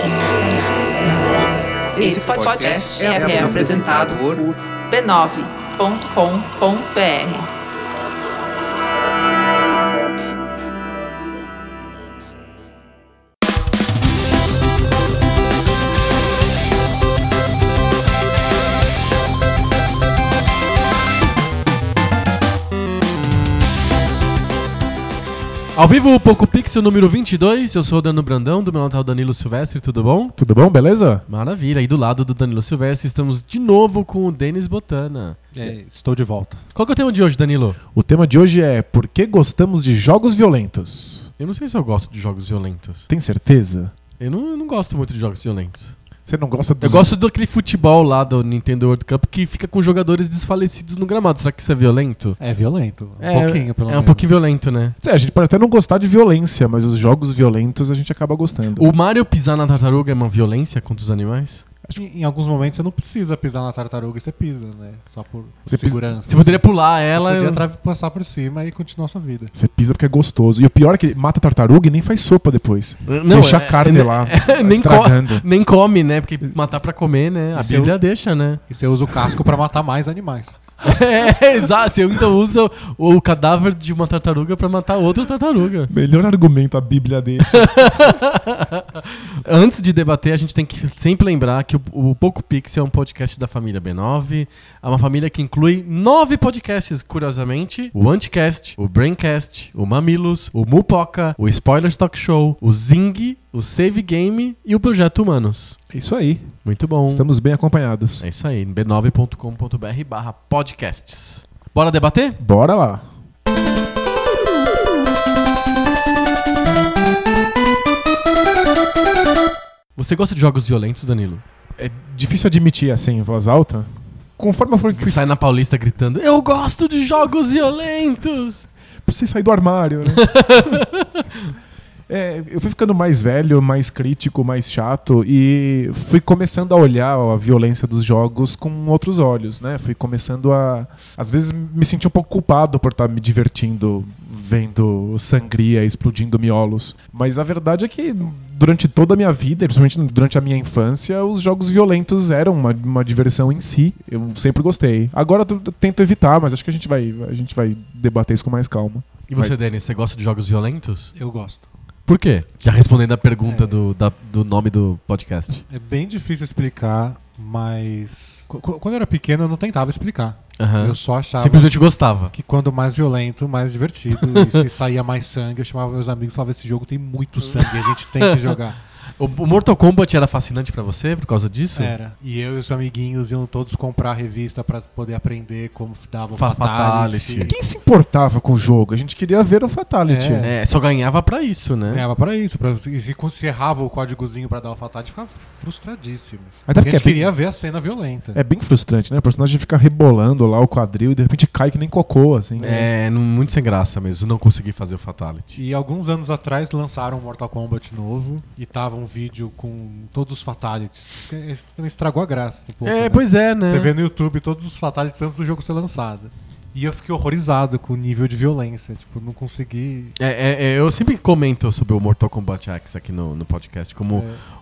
Esse podcast é apresentado por b9.com.br. Ao vivo, o Poco Pixel número 22, eu sou o Dano Brandão, do meu lado tá o Danilo Silvestre, tudo bom? Tudo bom, beleza? Maravilha, e do lado do Danilo Silvestre estamos de novo com o Denis Botana. Estou de volta. Qual que é o tema de hoje, Danilo? O tema de hoje é por que gostamos de jogos violentos? Eu não sei se eu gosto de jogos violentos. Tem certeza? Eu não gosto muito de jogos violentos. Você não gosta dos... Eu gosto daquele futebol lá do Nintendo World Cup que fica com jogadores desfalecidos no gramado. Será que isso é violento? É violento. Pouquinho, pelo menos. É um pouquinho violento, né? A gente pode até não gostar de violência, mas os jogos violentos a gente acaba gostando. O Mario pisar na tartaruga é uma violência contra os animais? Em alguns momentos você não precisa pisar na tartaruga e você pisa, né? Só por segurança. Você poderia pular ela... Você podia passar por cima e continuar a sua vida. Você pisa porque é gostoso. E o pior é que ele mata a tartaruga e nem faz sopa depois. Não, deixa a carne lá, estragando. Nem come, né? Porque matar pra comer, né? A Bíblia deixa, né? E você usa o casco pra matar mais animais. Exato. Você então usa o cadáver de uma tartaruga pra matar outra tartaruga. Melhor argumento a Bíblia deixa. Antes de debater, a gente tem que sempre lembrar que o Poco Pixel é um podcast da família B9. É uma família que inclui 9 podcasts, curiosamente. O Anticast, o Braincast, o Mamilos, o Mupoca, o Spoilers Talk Show, o Zing, o Save Game e o Projeto Humanos. É isso aí. Muito bom. Estamos bem acompanhados. É isso aí, b9.com.br/podcasts. Bora debater? Bora lá. Você gosta de jogos violentos, Danilo? É difícil admitir assim em voz alta. Conforme eu fui sai na Paulista gritando: eu gosto de jogos violentos! Pra você sair do armário, né? Eu fui ficando mais velho, mais crítico, mais chato e fui começando a olhar a violência dos jogos com outros olhos, né? Fui começando a, às vezes, me sentir um pouco culpado por estar me divertindo vendo sangria explodindo miolos. Mas a verdade é que durante toda a minha vida, principalmente durante a minha infância, os jogos violentos eram uma diversão em si. Eu sempre gostei. Agora eu tento evitar, mas acho que a gente vai debater isso com mais calma. E você, Denis, você gosta de jogos violentos? Eu gosto. Por quê? Já respondendo a pergunta do nome do podcast. É bem difícil explicar, mas... Quando eu era pequeno eu não tentava explicar. Uhum. Eu só achava... Simplesmente gostava. Que quando mais violento, mais divertido. E se saía mais sangue, eu chamava meus amigos e falava: esse jogo tem muito sangue, a gente tem que jogar. O Mortal Kombat era fascinante pra você por causa disso? Era. E eu e os amiguinhos iam todos comprar a revista pra poder aprender como dava o Fatality. Quem se importava com o jogo? A gente queria ver o Fatality. Só ganhava pra isso, né? Ganhava pra isso. E se errava o códigozinho pra dar o Fatality, ficava frustradíssimo. Até porque a gente queria ver a cena violenta. É bem frustrante, né? O personagem fica rebolando lá o quadril e de repente cai que nem cocô, assim. Muito sem graça mesmo. Não consegui fazer o Fatality. E alguns anos atrás lançaram um Mortal Kombat novo e tava um vídeo com todos os Fatalities. Isso também estragou a graça. Né? Pois é, né? Você vê no YouTube todos os Fatalities antes do jogo ser lançado. E eu fiquei horrorizado com o nível de violência. Tipo, não consegui... Eu sempre comento sobre o Mortal Kombat X aqui no podcast como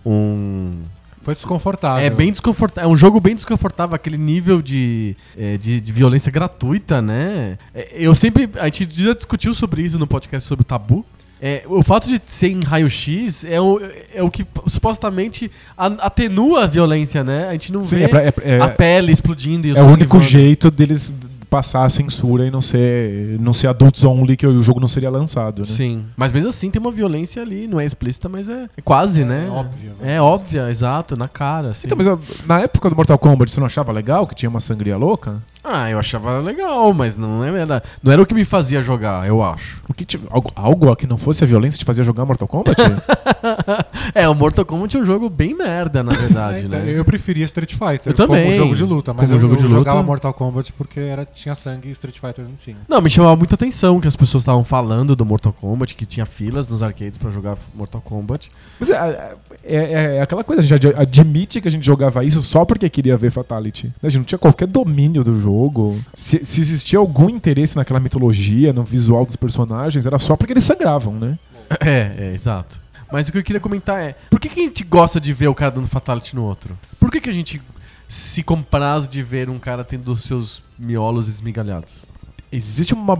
Foi desconfortável. É bem desconfortável. É um jogo bem desconfortável, aquele nível de violência gratuita, né? A gente já discutiu sobre isso no podcast sobre o tabu. O fato de ser em raio-x é o que supostamente atenua a violência, né? A gente não vê a pele explodindo e o sangue. É o único jeito deles passar a censura e não ser adults only, que o jogo não seria lançado, né? Sim. Mas mesmo assim tem uma violência ali, não é explícita, mas é quase, né? É óbvio. Né? É óbvia, exato, na cara. Assim. Então, mas na época do Mortal Kombat, você não achava legal que tinha uma sangria louca? Eu achava legal, mas não era o que me fazia jogar, eu acho. Algo que não fosse a violência te fazia jogar Mortal Kombat? O Mortal Kombat é um jogo bem merda, na verdade, né? Eu preferia Street Fighter eu também. como jogo de luta, mas eu jogava Mortal Kombat porque tinha sangue e Street Fighter não tinha. Não, me chamava muita atenção que as pessoas estavam falando do Mortal Kombat, que tinha filas nos arcades pra jogar Mortal Kombat. Mas é aquela coisa, a gente admite que a gente jogava isso só porque queria ver Fatality. A gente não tinha qualquer domínio do jogo. Se existia algum interesse naquela mitologia, no visual dos personagens, era só porque eles sangravam, né? Exato. Mas o que eu queria comentar é, por que a gente gosta de ver o cara dando fatality no outro? Por que a gente se compraz de ver um cara tendo os seus miolos esmigalhados? Existe uma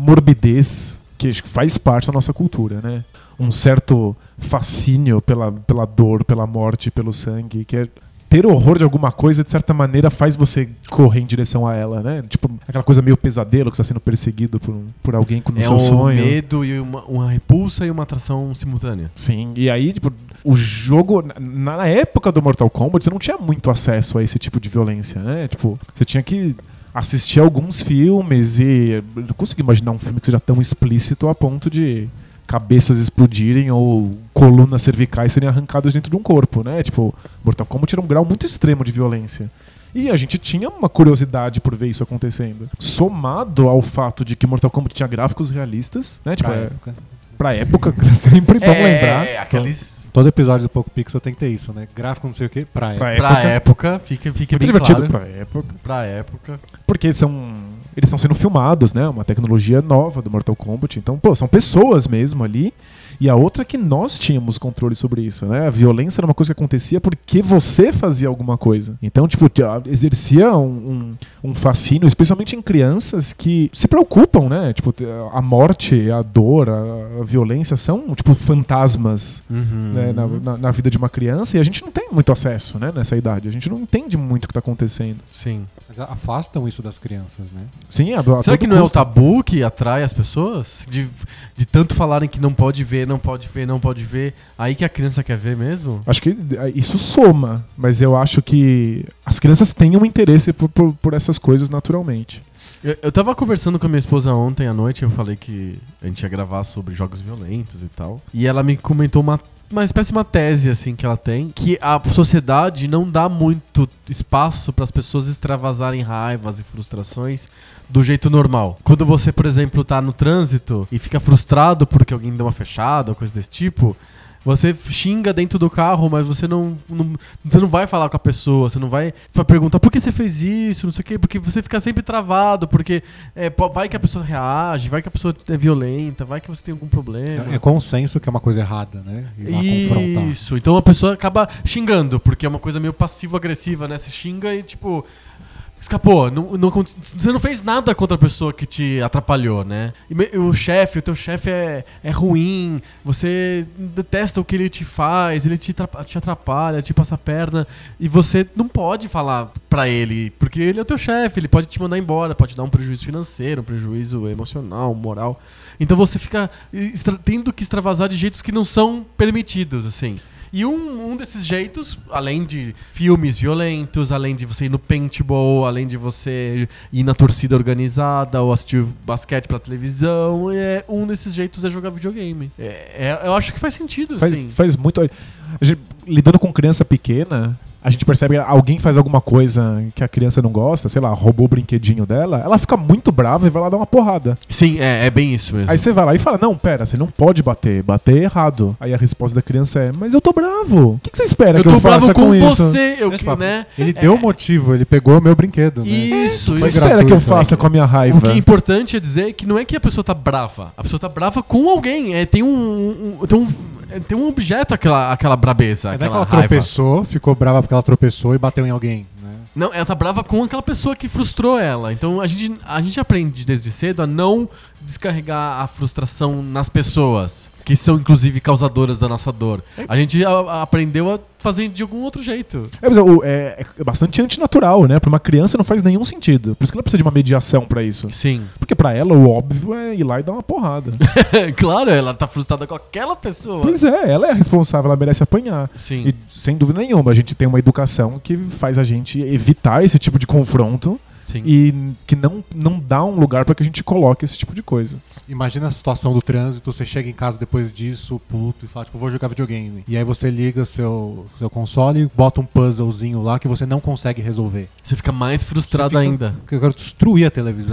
morbidez que acho que faz parte da nossa cultura, né? Um certo fascínio pela dor, pela morte, pelo sangue, que é ter horror de alguma coisa, de certa maneira, faz você correr em direção a ela, né? Tipo, aquela coisa meio pesadelo, que você está sendo perseguido por alguém no seu sonho. É um medo e uma repulsa e uma atração simultânea. Sim, e aí, tipo, o jogo... Na época do Mortal Kombat, você não tinha muito acesso a esse tipo de violência, né? Tipo, você tinha que assistir alguns filmes e... Eu não consigo imaginar um filme que seja tão explícito a ponto de cabeças explodirem ou colunas cervicais serem arrancadas dentro de um corpo, né? Tipo, Mortal Kombat era um grau muito extremo de violência. E a gente tinha uma curiosidade por ver isso acontecendo. Somado ao fato de que Mortal Kombat tinha gráficos realistas, né? Tipo, pra época, sempre bom lembrar. Aqueles... Todo episódio do Poco Pixel tem que ter isso, né? Gráfico não sei o quê, pra época. Pra época, fica muito bem divertido claro. pra época. Pra época. Porque eles estão sendo filmados, né? Uma tecnologia nova do Mortal Kombat. Então, pô, são pessoas mesmo ali. E a outra é que nós tínhamos controle sobre isso, né? A violência era uma coisa que acontecia porque você fazia alguma coisa. Então, tipo, exercia um fascínio, especialmente em crianças que se preocupam, né? Tipo, a morte, a dor, a violência são, tipo, fantasmas, né? na vida de uma criança. E a gente não tem muito acesso, né? Nessa idade. A gente não entende muito o que está acontecendo. Sim. Mas afastam isso das crianças, né? Sim, será que não é o tabu que atrai as pessoas? De tanto falarem que não pode ver, não pode ver, não pode ver, aí que a criança quer ver mesmo? Acho que isso soma, mas eu acho que as crianças têm um interesse por essas coisas naturalmente. Eu tava conversando com a minha esposa ontem à noite, eu falei que a gente ia gravar sobre jogos violentos e tal, e ela me comentou uma espécie de uma tese assim que ela tem, que a sociedade não dá muito espaço para as pessoas extravasarem raivas e frustrações do jeito normal. Quando você, por exemplo, tá no trânsito e fica frustrado porque alguém deu uma fechada ou coisa desse tipo, você xinga dentro do carro, mas você não vai falar com a pessoa, você não vai perguntar por que você fez isso, não sei o quê, porque você fica sempre travado, porque vai que a pessoa reage, vai que a pessoa é violenta, vai que você tem algum problema. É consenso que é uma coisa errada, né? E lá confrontar. Isso, então a pessoa acaba xingando, porque é uma coisa meio passivo-agressiva, né? Você xinga e tipo... escapou, você não fez nada contra a pessoa que te atrapalhou, né? E o teu chefe é ruim, você detesta o que ele te faz, ele te atrapalha, te passa a perna, e você não pode falar pra ele, porque ele é o teu chefe, ele pode te mandar embora, pode dar um prejuízo financeiro, um prejuízo emocional, moral. Então você fica tendo que extravasar de jeitos que não são permitidos, assim. E um desses jeitos, além de filmes violentos, além de você ir no paintball, além de você ir na torcida organizada ou assistir basquete pela televisão, um desses jeitos é jogar videogame. Eu acho que faz sentido, sim. Faz muito... Lidando com criança pequena, a gente percebe que alguém faz alguma coisa que a criança não gosta, sei lá, roubou o brinquedinho dela, ela fica muito brava e vai lá dar uma porrada. Sim, é bem isso mesmo. Aí você vai lá e fala, não, pera, você não pode bater é errado. Aí a resposta da criança é, mas eu tô bravo. O que você espera que eu faça com isso? Ele deu o motivo, ele pegou o meu brinquedo. Né? Isso. O que você espera que eu faça com a minha raiva? O que é importante é dizer que não é que a pessoa tá brava. A pessoa tá brava com alguém. Tem um objeto aquela brabeza, aquela ela raiva. Tropeçou, ficou brava porque ela tropeçou e bateu em alguém, né? Não, ela tá brava com aquela pessoa que frustrou ela. Então a gente aprende desde cedo a não descarregar a frustração nas pessoas, que são inclusive causadoras da nossa dor. A gente aprendeu a fazer de algum outro jeito. É bastante antinatural, né? Pra uma criança não faz nenhum sentido. Por isso que ela precisa de uma mediação pra isso. Sim. Porque pra ela o óbvio é ir lá e dar uma porrada. Claro, ela tá frustrada com aquela pessoa. Pois é, ela é a responsável, ela merece apanhar. Sim. E sem dúvida nenhuma, a gente tem uma educação que faz a gente evitar esse tipo de confronto. Sim. E que não dá um lugar para que a gente coloque esse tipo de coisa. Imagina a situação do trânsito, você chega em casa depois disso, puto, e fala, tipo, vou jogar videogame. E aí você liga seu console e bota um puzzlezinho lá que você não consegue resolver. Você fica mais frustrado ainda. Porque eu quero destruir a televisão.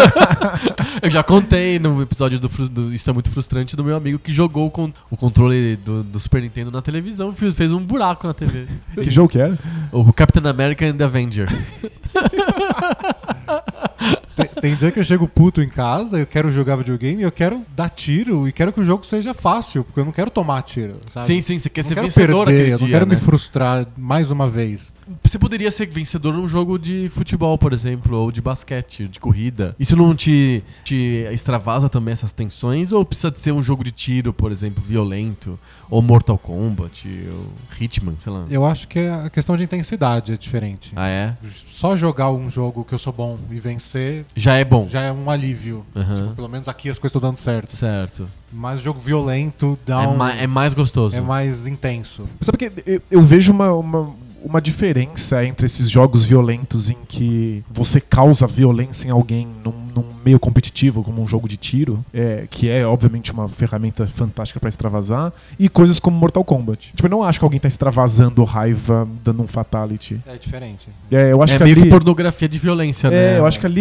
Eu já contei no episódio do Isso é Muito Frustrante do meu amigo que jogou o controle do Super Nintendo na televisão, fez um buraco na TV. Que jogo que era? O Captain America and the Avengers. Tem dia que eu chego puto em casa, eu quero jogar videogame, eu quero dar tiro e quero que o jogo seja fácil, porque eu não quero tomar tiro, sabe? Sim, você quer ser Eu não quero vencedor perder, aquele eu não dia, quero né? me frustrar mais uma vez. Você poderia ser vencedor num jogo de futebol, por exemplo, ou de basquete, de corrida. Isso não te extravasa também essas tensões? Ou precisa de ser um jogo de tiro, por exemplo, violento? Ou Mortal Kombat, ou Hitman, sei lá. Eu acho que a questão de intensidade é diferente. Ah, é? Só jogar um jogo que eu sou bom e vencer Já é bom. já é um alívio. Aham. Tipo, pelo menos aqui as coisas estão dando certo. Certo. Mas o jogo violento dá É mais gostoso. é mais intenso. Sabe que eu vejo uma diferença entre esses jogos violentos em que você causa violência em alguém num meio competitivo, como um jogo de tiro, que é obviamente uma ferramenta fantástica pra extravasar, e coisas como Mortal Kombat. Tipo, eu não acho que alguém tá extravasando raiva dando um fatality. É diferente. Eu acho É que meio ali, que pornografia de violência, né? eu acho que ali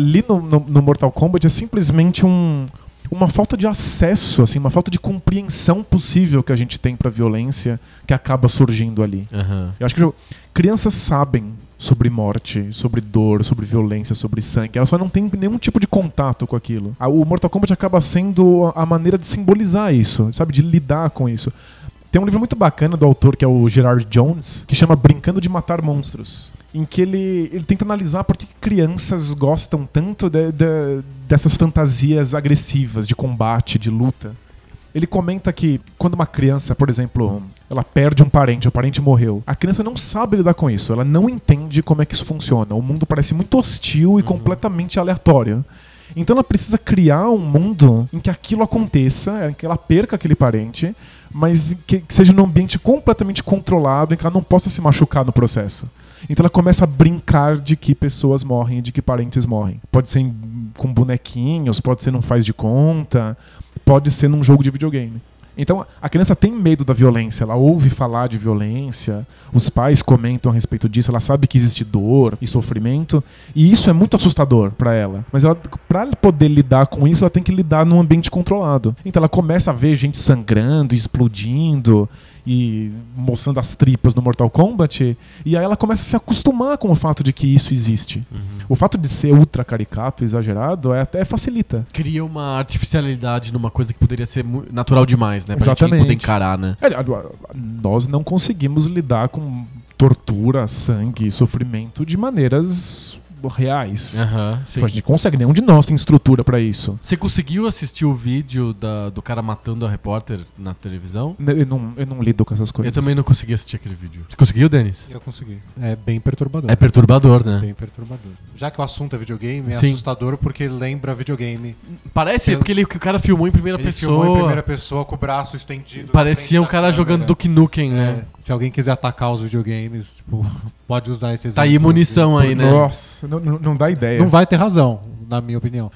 no Mortal Kombat é simplesmente uma falta de acesso, assim, uma falta de compreensão possível que a gente tem pra violência que acaba surgindo ali. Aham. Eu acho que crianças sabem sobre morte, sobre dor, sobre violência, sobre sangue. Elas só não têm nenhum tipo de contato com aquilo. O Mortal Kombat acaba sendo a maneira de simbolizar isso, sabe? De lidar com isso. Tem um livro muito bacana do autor, que é o Gerard Jones, que chama Brincando de Matar Monstros, em que ele tenta analisar por que crianças gostam tanto dessas fantasias agressivas de combate, de luta. Ele comenta que quando uma criança, por exemplo, ela perde um parente, o parente morreu, a criança não sabe lidar com isso, ela não entende como é que isso funciona. O mundo parece muito hostil e completamente aleatório. Então ela precisa criar um mundo em que aquilo aconteça, em que ela perca aquele parente, mas que seja num ambiente completamente controlado, em que ela não possa se machucar no processo. Então ela começa a brincar de que pessoas morrem, de que parentes morrem. Pode ser com bonequinhos, pode ser num faz de conta, pode ser num jogo de videogame. Então a criança tem medo da violência, ela ouve falar de violência, os pais comentam a respeito disso, ela sabe que existe dor e sofrimento, e isso é muito assustador para ela. Mas para ela poder lidar com isso, ela tem que lidar num ambiente controlado. Então ela começa a ver gente sangrando, explodindo e mostrando as tripas no Mortal Kombat, e aí ela começa a se acostumar com o fato de que isso existe. O fato de ser ultra caricato, exagerado, até facilita. Cria uma artificialidade numa coisa que poderia ser natural demais, né? Pra Exatamente. gente poder encarar, né? Nós não conseguimos lidar com tortura, sangue e sofrimento de maneiras reais. Aham, sim. A gente consegue, nenhum de nós tem estrutura pra isso. Você conseguiu assistir o vídeo do cara matando a repórter na televisão? Eu não lido com essas coisas. Eu também não consegui assistir aquele vídeo. Você conseguiu, Denis? Eu consegui. É bem perturbador. É perturbador, né? Bem perturbador. Já que o assunto é videogame, é Sim. assustador porque lembra videogame. Parece, porque o cara filmou em primeira Ele pessoa. filmou em primeira pessoa com o braço estendido. Parecia na um frente cara da jogando câmera. Duke Nukem, né? Se alguém quiser atacar os videogames, tipo, pode usar esse exemplo. Tá aí munição aí, né? Nossa, não dá ideia. Não vai ter razão, na minha opinião.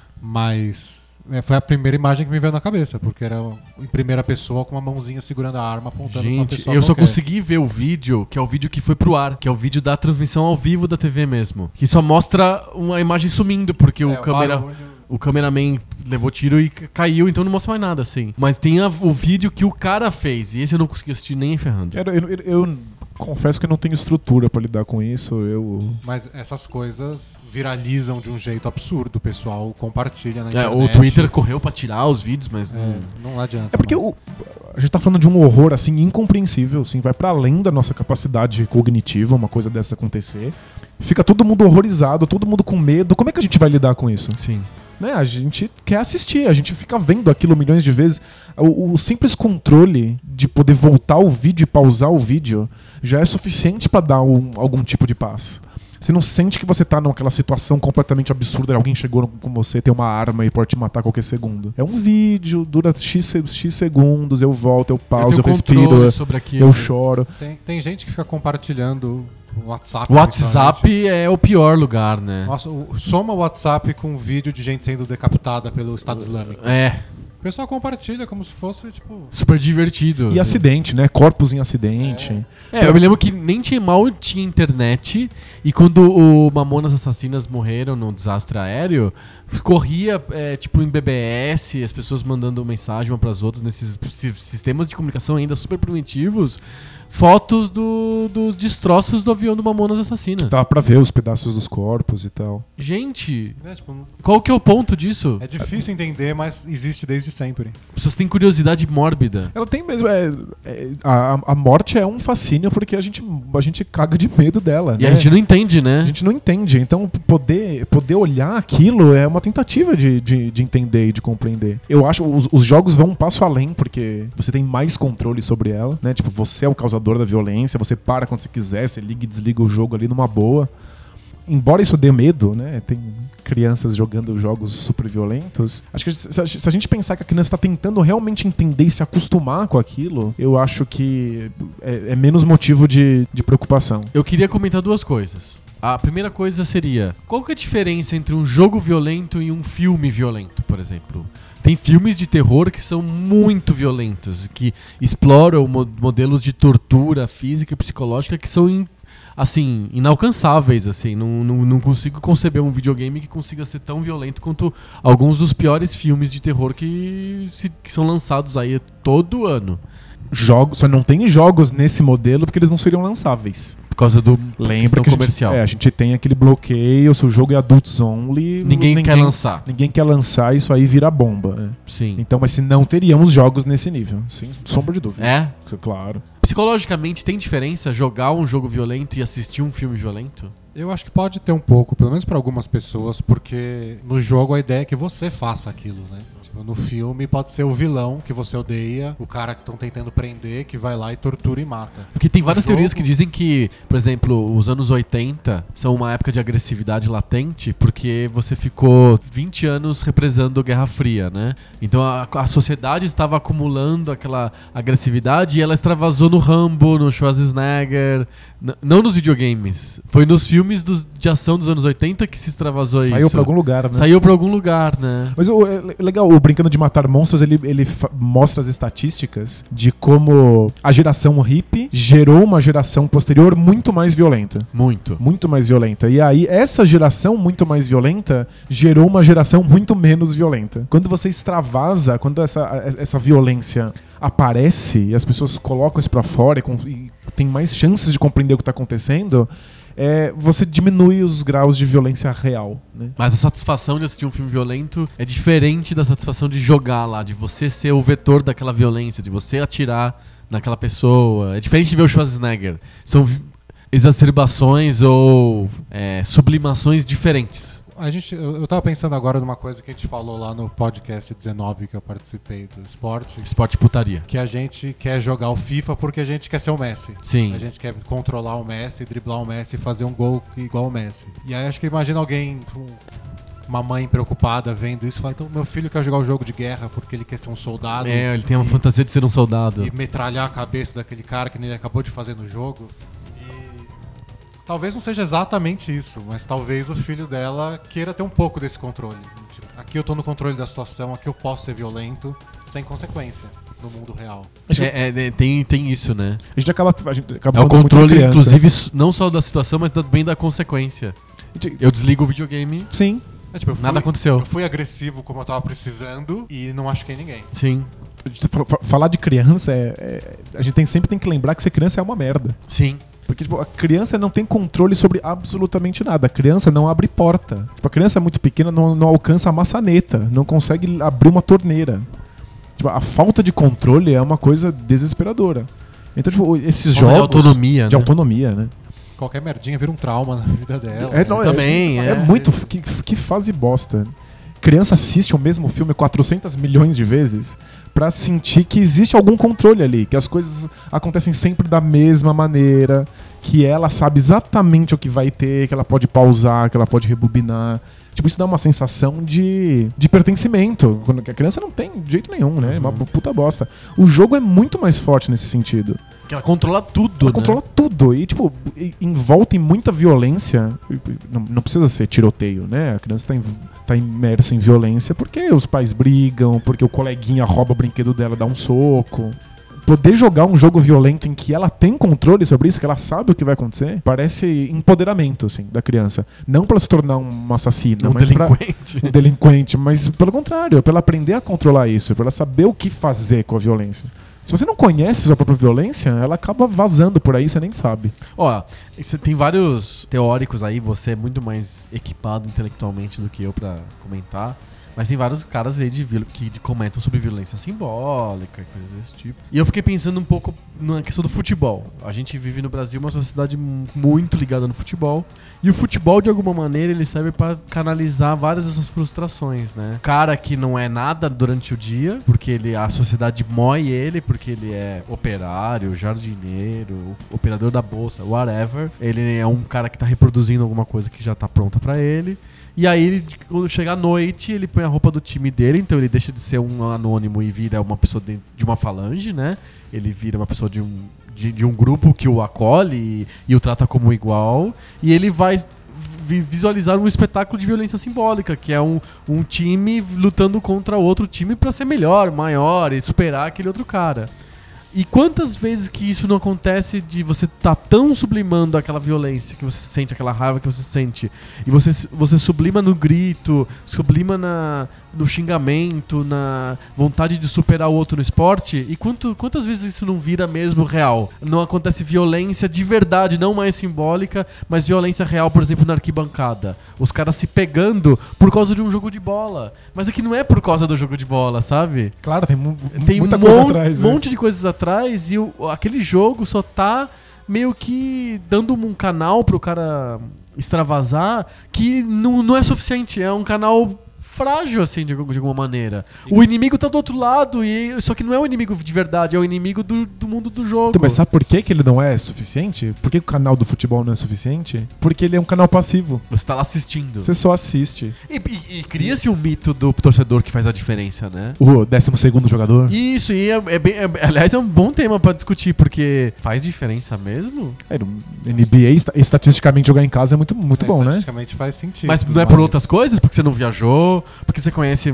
Mas foi a primeira imagem que me veio na cabeça, porque era em primeira pessoa com uma mãozinha segurando a arma apontando pra uma Gente, pessoa eu só qualquer. consegui ver o vídeo, que é o vídeo que foi pro ar, que é o vídeo da transmissão ao vivo da TV mesmo. Que só mostra uma imagem sumindo, porque o cameraman levou tiro e caiu, então não mostra mais nada, assim. Mas tem o vídeo que o cara fez, e esse eu não consegui assistir nem ferrando. Eu confesso que eu não tenho estrutura pra lidar com isso. Mas essas coisas viralizam de um jeito absurdo, o pessoal compartilha na internet. O Twitter correu pra tirar os vídeos, mas não adianta. É porque mais. a gente tá falando de um horror assim incompreensível, assim, vai pra além da nossa capacidade cognitiva uma coisa dessa acontecer. Fica todo mundo horrorizado, todo mundo com medo. Como é que a gente vai lidar com isso? Sim. Né? A gente quer assistir, a gente fica vendo aquilo milhões de vezes. O simples controle de poder voltar o vídeo e pausar o vídeo já é suficiente pra dar algum tipo de paz. Você não sente que você tá naquela situação completamente absurda, alguém chegou com você, tem uma arma e pode te matar a qualquer segundo. É um vídeo, dura X segundos, eu volto, eu pauso, eu respiro, sobre aquilo. eu choro. Tem gente que fica compartilhando o WhatsApp. O WhatsApp é o pior lugar, né? Nossa, soma o WhatsApp com um vídeo de gente sendo decapitada pelo Estado Islâmico. O pessoal compartilha como se fosse, tipo... super divertido. E acidente, né? Corpos em acidente. Eu me lembro que nem mal tinha internet, e quando o Mamonas Assassinas morreram num desastre aéreo, corria, tipo, em BBS, as pessoas mandando mensagem uma pras outras nesses sistemas de comunicação ainda super primitivos, fotos dos destroços do avião do Mamonas Assassinas. Dá pra ver os pedaços dos corpos e tal. Gente, qual que é o ponto disso? É difícil entender, mas existe desde sempre. As pessoas têm curiosidade mórbida. Ela tem mesmo. A morte é um fascínio porque a gente caga de medo dela. E né? a gente não entende, né? A gente não entende. Então, poder olhar aquilo é uma tentativa de entender e de compreender. Eu acho os jogos vão um passo além porque você tem mais controle sobre ela, né? Tipo, você é o causador da violência, você para quando você quiser, você liga e desliga o jogo ali numa boa. Embora isso dê medo, né? Tem crianças jogando jogos super violentos. Acho que se a gente pensar que a criança está tentando realmente entender e se acostumar com aquilo, eu acho que é menos motivo de preocupação. Eu queria comentar duas coisas. A primeira coisa seria, qual que é a diferença entre um jogo violento e um filme violento, por exemplo? Tem filmes de terror que são muito violentos, que exploram modelos de tortura física e psicológica que são assim, inalcançáveis, assim. Não consigo conceber um videogame que consiga ser tão violento quanto alguns dos piores filmes de terror que são lançados aí todo ano. Só não tem jogos nesse modelo porque eles não seriam lançáveis. Por causa do Lembra que comercial. A gente tem aquele bloqueio, se o jogo é adults only, Ninguém quer lançar. Ninguém quer lançar, isso aí vira bomba. Sim. Então, mas se não teríamos jogos nesse nível, sem sombra de dúvida. É? Claro. Psicologicamente tem diferença jogar um jogo violento e assistir um filme violento? Eu acho que pode ter um pouco, pelo menos para algumas pessoas, porque no jogo a ideia é que você faça aquilo, né? Tipo, no filme pode ser o vilão que você odeia, o cara que estão tentando prender, que vai lá e tortura e mata. Porque tem várias teorias que dizem que, por exemplo, os anos 80 são uma época de agressividade latente, porque você ficou 20 anos represando Guerra Fria, né? Então a sociedade estava acumulando aquela agressividade e ela extravasou no Rambo, no Schwarzenegger, não nos videogames. Foi nos filmes de ação dos anos 80 que se extravasou isso. Saiu pra algum lugar, né? Saiu pra algum lugar, né? Mas legal, o Brincando de Matar Monstros, ele mostra as estatísticas de como a geração hippie gerou uma geração posterior muito mais violenta. Muito mais violenta. E aí, essa geração muito mais violenta gerou uma geração muito menos violenta. Quando você extravasa, quando essa violência aparece e as pessoas colocam isso pra fora e tem mais chances de compreender o que tá acontecendo, você diminui os graus de violência real, né? Mas a satisfação de assistir um filme violento é diferente da satisfação de jogar lá, de você ser o vetor daquela violência, de você atirar naquela pessoa. É diferente de ver o Schwarzenegger. São exacerbações ou sublimações diferentes. Eu tava pensando agora numa coisa que a gente falou lá no podcast 19 que eu participei do esporte. Esporte putaria. Que a gente quer jogar o FIFA porque a gente quer ser o Messi. Sim. A gente quer controlar o Messi, driblar o Messi e fazer um gol igual o Messi. E aí acho que imagina alguém, uma mãe preocupada vendo isso e fala, então meu filho quer jogar o jogo de guerra porque ele quer ser um soldado. Ele tem uma fantasia de ser um soldado. E metralhar a cabeça daquele cara que ele acabou de fazer no jogo. Talvez não seja exatamente isso, mas talvez o filho dela queira ter um pouco desse controle. Tipo, aqui eu tô no controle da situação, aqui eu posso ser violento sem consequência no mundo real. Tem isso, né? A gente acaba o controle, inclusive, não só da situação, mas também da consequência. Eu desligo o videogame. Sim. Nada aconteceu. Eu fui agressivo como eu tava precisando e não machuquei ninguém. Sim. Falar de criança, a gente sempre tem que lembrar que ser criança é uma merda. Sim. Porque a criança não tem controle sobre absolutamente nada. A criança não abre porta. A criança é muito pequena, não alcança a maçaneta, não consegue abrir uma torneira. A falta de controle é uma coisa desesperadora. Então, esses jogos... De autonomia, de autonomia, né? Qualquer merdinha vira um trauma na vida dela. Também. É muito... Que fase bosta. Criança assiste o mesmo filme 400 milhões de vezes pra sentir que existe algum controle ali, que as coisas acontecem sempre da mesma maneira, que ela sabe exatamente o que vai ter, que ela pode pausar, que ela pode rebobinar. Isso dá uma sensação de pertencimento, quando a criança não tem de jeito nenhum, né? É uma puta bosta. O jogo é muito mais forte nesse sentido. Que ela controla tudo, Ela controla tudo. E, envolta em muita violência. Não precisa ser tiroteio, né? A criança tá imersa em violência porque os pais brigam, porque o coleguinha rouba o brinquedo dela, dá um soco. poder jogar um jogo violento em que ela tem controle sobre isso, que ela sabe o que vai acontecer, parece empoderamento, assim, da criança. Não pra se tornar uma assassina, Um mas delinquente. um delinquente, mas pelo contrário, pra ela aprender a controlar isso, pra ela saber o que fazer com a violência. Se você não conhece sua própria violência, ela acaba vazando por aí, você nem sabe. Ó, você tem vários teóricos aí, você é muito mais equipado intelectualmente do que eu pra comentar. Mas tem vários caras aí que comentam sobre violência simbólica, coisas desse tipo. E eu fiquei pensando um pouco na questão do futebol. A gente vive no Brasil uma sociedade muito ligada no futebol. E o futebol, de alguma maneira, ele serve pra canalizar várias dessas frustrações, né? O cara que não é nada durante o dia, porque a sociedade mói ele, porque ele é operário, jardineiro, operador da bolsa, whatever. Ele é um cara que tá reproduzindo alguma coisa que já tá pronta pra ele. E aí, quando chega à noite, ele põe a roupa do time dele, então ele deixa de ser um anônimo e vira uma pessoa de uma falange, né? Ele vira uma pessoa de um grupo que o acolhe e o trata como igual. E ele vai visualizar um espetáculo de violência simbólica, que é um time lutando contra outro time pra ser melhor, maior e superar aquele outro cara. E quantas vezes que isso não acontece de você tá tão sublimando aquela violência que você sente, aquela raiva que você sente, e você sublima no grito, sublima no xingamento, na vontade de superar o outro no esporte, e quantas vezes isso não vira mesmo real? Não acontece violência de verdade, não mais simbólica, mas violência real, por exemplo, na arquibancada. Os caras se pegando por causa de um jogo de bola. Mas é que não é por causa do jogo de bola, sabe? Claro, tem muita muita coisa atrás. Um monte de coisas atrás, e aquele jogo só tá meio que dando um canal pro cara extravasar que não é suficiente. É um canal frágil, assim, de alguma maneira. Isso. O inimigo tá do outro lado, só que não é o inimigo de verdade, é o inimigo do mundo do jogo. Então, mas sabe por que ele não é suficiente? Por que o canal do futebol não é suficiente? Porque ele é um canal passivo. Você tá lá assistindo. Você só assiste. E cria-se um mito do torcedor que faz a diferença, né? O 12º jogador? Isso, e aliás, é um bom tema pra discutir, porque faz diferença mesmo? No NBA, estatisticamente, jogar em casa é muito bom, né? Estatisticamente faz sentido. Mas não é por outras coisas? Porque você não viajou? Porque você conhece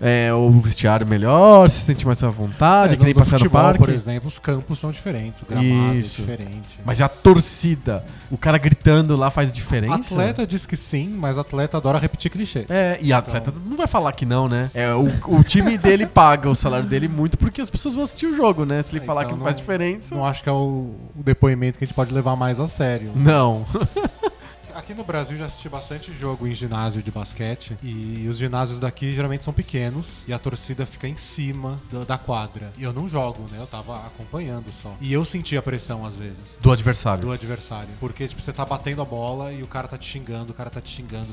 o vestiário melhor, se sente mais à vontade, que nem passar no parque. Por exemplo, os campos são diferentes, o gramado Isso. é diferente. Mas a torcida, o cara gritando lá faz diferença? Atleta diz que sim, mas atleta adora repetir clichê. E atleta não vai falar que não, né? O time dele paga o salário dele muito porque as pessoas vão assistir o jogo, né? Se ele falar que não faz diferença... Não acho que é o depoimento que a gente pode levar mais a sério. Não. Aqui no Brasil já assisti bastante jogo em ginásio de basquete e os ginásios daqui geralmente são pequenos e a torcida fica em cima da quadra. E eu não jogo, né? Eu tava acompanhando só. E eu senti a pressão às vezes. Do adversário. Porque, tipo, você tá batendo a bola e o cara tá te xingando, o cara tá te xingando.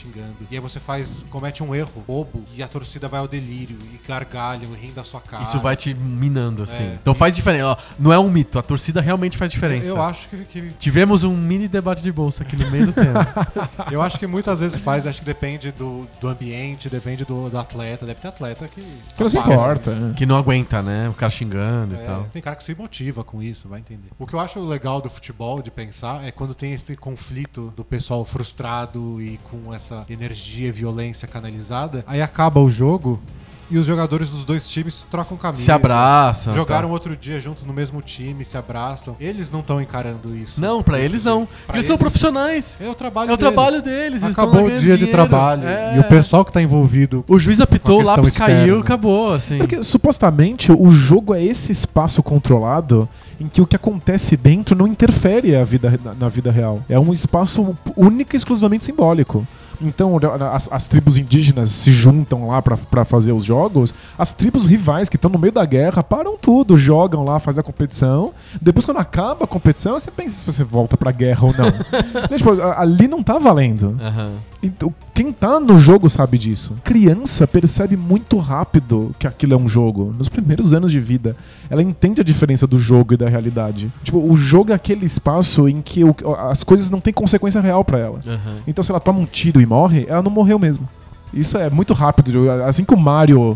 E aí você comete um erro bobo e a torcida vai ao delírio e gargalham e riem da sua cara. Isso vai te minando, assim. Então faz diferença. Ó, não é um mito, a torcida realmente faz diferença. Eu acho que... Tivemos um mini debate de bolsa aqui no meio do tempo. Eu acho que muitas vezes acho que depende do ambiente, depende do atleta. Deve ter atleta que não se importa. Que não aguenta, né? O cara xingando e tal. Tem cara que se motiva com isso, vai entender. O que eu acho legal do futebol, de pensar, é quando tem esse conflito do pessoal frustrado e com essa energia e violência canalizada. Aí acaba o jogo... E os jogadores dos dois times trocam camisa. Se abraçam. Jogaram outro dia junto no mesmo time, se abraçam. Eles não estão encarando isso. Não, pra eles não. Porque eles são profissionais. É o trabalho deles. trabalho deles. Acabou o dia de trabalho. E o pessoal que tá envolvido... O juiz apitou, o lápis caiu, acabou, assim. Porque, supostamente, o jogo é esse espaço controlado em que o que acontece dentro não interfere na vida real. É um espaço único e exclusivamente simbólico. Então, as tribos indígenas se juntam lá pra fazer os jogos. As tribos rivais que estão no meio da guerra param tudo, jogam lá, fazem a competição. Depois, quando acaba a competição, você pensa se você volta pra guerra ou não. Tipo, ali não tá valendo. Então, quem tá no jogo sabe disso. Criança percebe muito rápido que aquilo é um jogo. Nos primeiros anos de vida, ela entende a diferença do jogo e da realidade. Tipo, o jogo é aquele espaço em que as coisas não têm consequência real pra ela. Então, se ela toma um tiro e morre, ela não morreu mesmo. Isso é muito rápido. Assim que o Mario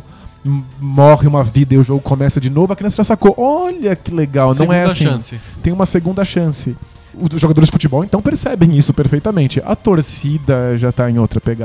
morre uma vida e o jogo começa de novo, a criança já sacou. Olha que legal, não é assim. Chance. Tem uma segunda chance. Os jogadores de futebol então percebem isso perfeitamente. A torcida já tá em outra pegada.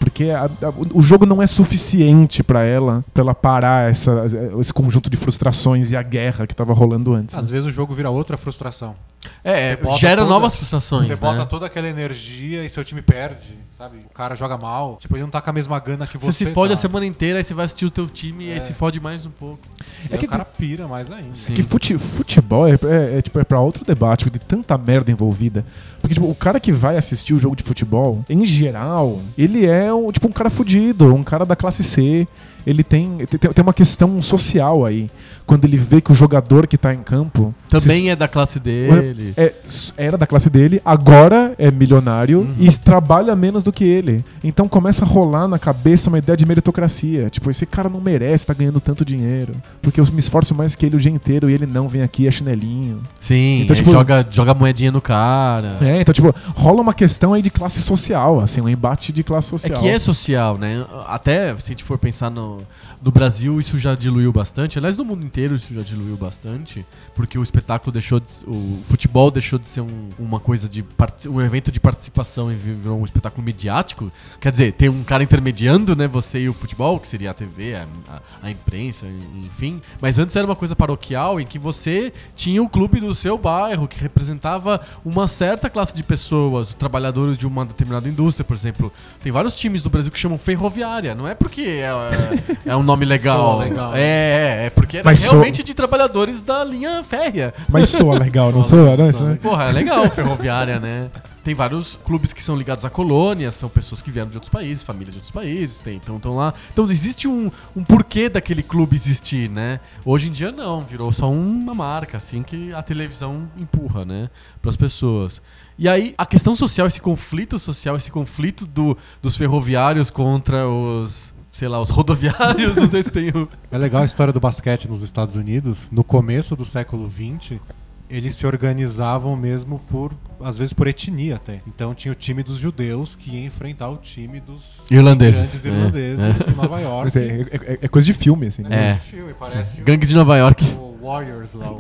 Porque o jogo não é suficiente pra ela parar esse conjunto de frustrações e a guerra que tava rolando antes. Às vezes o jogo vira outra frustração. Gera novas frustrações. Você bota toda aquela energia e seu time perde, sabe? O cara joga mal, tipo, ele não tá com a mesma gana que você. Você se fode tá. a semana inteira, aí você vai assistir o teu time e aí se fode mais um pouco. E aí o cara pira mais ainda. Sim. É que futebol é pra outro debate, tem tanta merda envolvida. Porque, tipo, o cara que vai assistir o jogo de futebol, em geral, ele é um cara fudido, um cara da classe C. Ele tem uma questão social aí. Quando ele vê que o jogador que tá em campo... Também é da classe dele. Era da classe dele, agora é milionário e trabalha menos do que ele. Então começa a rolar na cabeça uma ideia de meritocracia. Tipo, esse cara não merece estar ganhando tanto dinheiro. Porque eu me esforço mais que ele o dia inteiro e ele não vem aqui, é chinelinho. Sim, então, tipo, joga moedinha no cara. Então, tipo, rola uma questão aí de classe social, assim, um embate de classe social. É que é social, né? Até se a gente for pensar no Brasil, isso já diluiu bastante. Aliás, no mundo inteiro isso já diluiu bastante, porque o espetáculo o futebol deixou de ser uma coisa um evento de participação e virou um espetáculo midiático. Quer dizer, tem um cara intermediando, né, você e o futebol, que seria a TV, a imprensa, enfim. Mas antes era uma coisa paroquial em que você tinha o clube do seu bairro, que representava uma certa classe de pessoas, trabalhadores de uma determinada indústria, por exemplo. Tem vários times do Brasil que chamam Ferroviária, não é porque é um nome legal. Legal. É porque era realmente de trabalhadores da linha férrea. Mas soa legal, não soa? Porra, é legal, Ferroviária, né? Tem vários clubes que são ligados a colônias, são pessoas que vieram de outros países, famílias de outros países, então estão lá. Então existe um porquê daquele clube existir, né? Hoje em dia não, virou só uma marca, assim, que a televisão empurra, né? Para as pessoas. E aí, a questão social, esse conflito dos ferroviários contra os rodoviários, não sei se tem o... É legal a história do basquete nos Estados Unidos. No começo do século XX, eles se organizavam mesmo às vezes por etnia até. Então tinha o time dos judeus que ia enfrentar o time dos irlandeses em Nova York. É coisa de filme, assim, né? Parece Gangues de Nova York. o Warriors lá.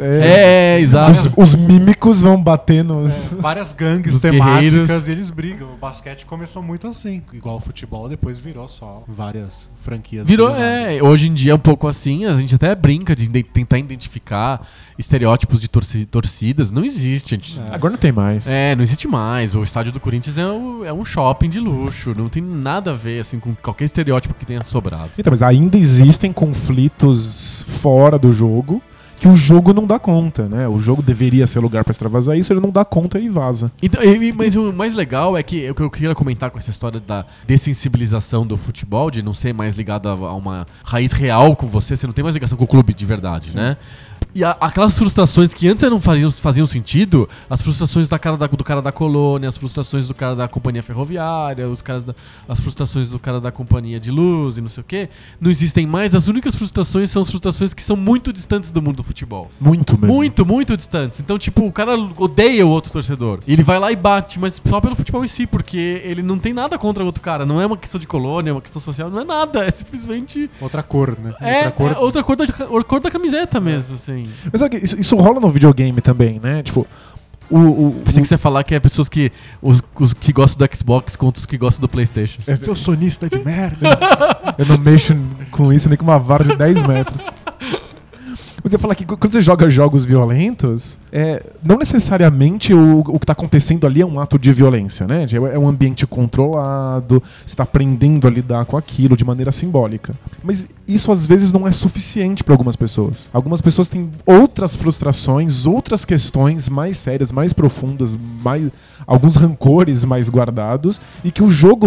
Exato. Os mímicos vão bater nos... várias gangues Os temáticas guerreiros. e eles brigam. O basquete começou muito assim. Igual o futebol, depois virou só várias franquias. Hoje em dia é um pouco assim, a gente até brinca de tentar identificar estereótipos de torcidas. Não existe. Agora não tem mais. Não existe mais. O estádio do Corinthians é um shopping de luxo. Não tem nada a ver assim, com qualquer estereótipo que tenha sobrado. Então, mas ainda existem conflitos fora do jogo que o jogo não dá conta, né? O jogo deveria ser lugar pra extravasar isso, ele não dá conta e vaza. Então, mas o mais legal é que o que eu queria comentar com essa história da dessensibilização do futebol, de não ser mais ligado a uma raiz real com você não tem mais ligação com o clube de verdade, né? E aquelas frustrações que antes não faziam sentido, as frustrações do cara da colônia, as frustrações do cara da companhia ferroviária, as frustrações do cara da companhia de luz e não sei o quê, não existem mais. As únicas frustrações são as frustrações que são muito distantes do mundo do futebol. Muito mesmo. Muito, muito distantes. Então, tipo, o cara odeia o outro torcedor. E ele vai lá e bate, mas só pelo futebol em si, porque ele não tem nada contra o outro cara. Não é uma questão de colônia, é uma questão social, não é nada. É simplesmente... outra cor, né? outra cor da camiseta mesmo, assim. Mas sabe que isso rola no videogame também, né? Tipo, Pensei que você ia falar que é pessoas que... Os que gostam do Xbox contra os que gostam do PlayStation. Seu sonista de merda. Eu não mexo com isso nem com uma vara de 10 metros. Mas eu ia falar que quando você joga jogos violentos, não necessariamente o que está acontecendo ali é um ato de violência, né? É um ambiente controlado, você está aprendendo a lidar com aquilo de maneira simbólica. Mas isso às vezes não é suficiente para algumas pessoas. Algumas pessoas têm outras frustrações, outras questões mais sérias, mais profundas, alguns rancores mais guardados, e que o jogo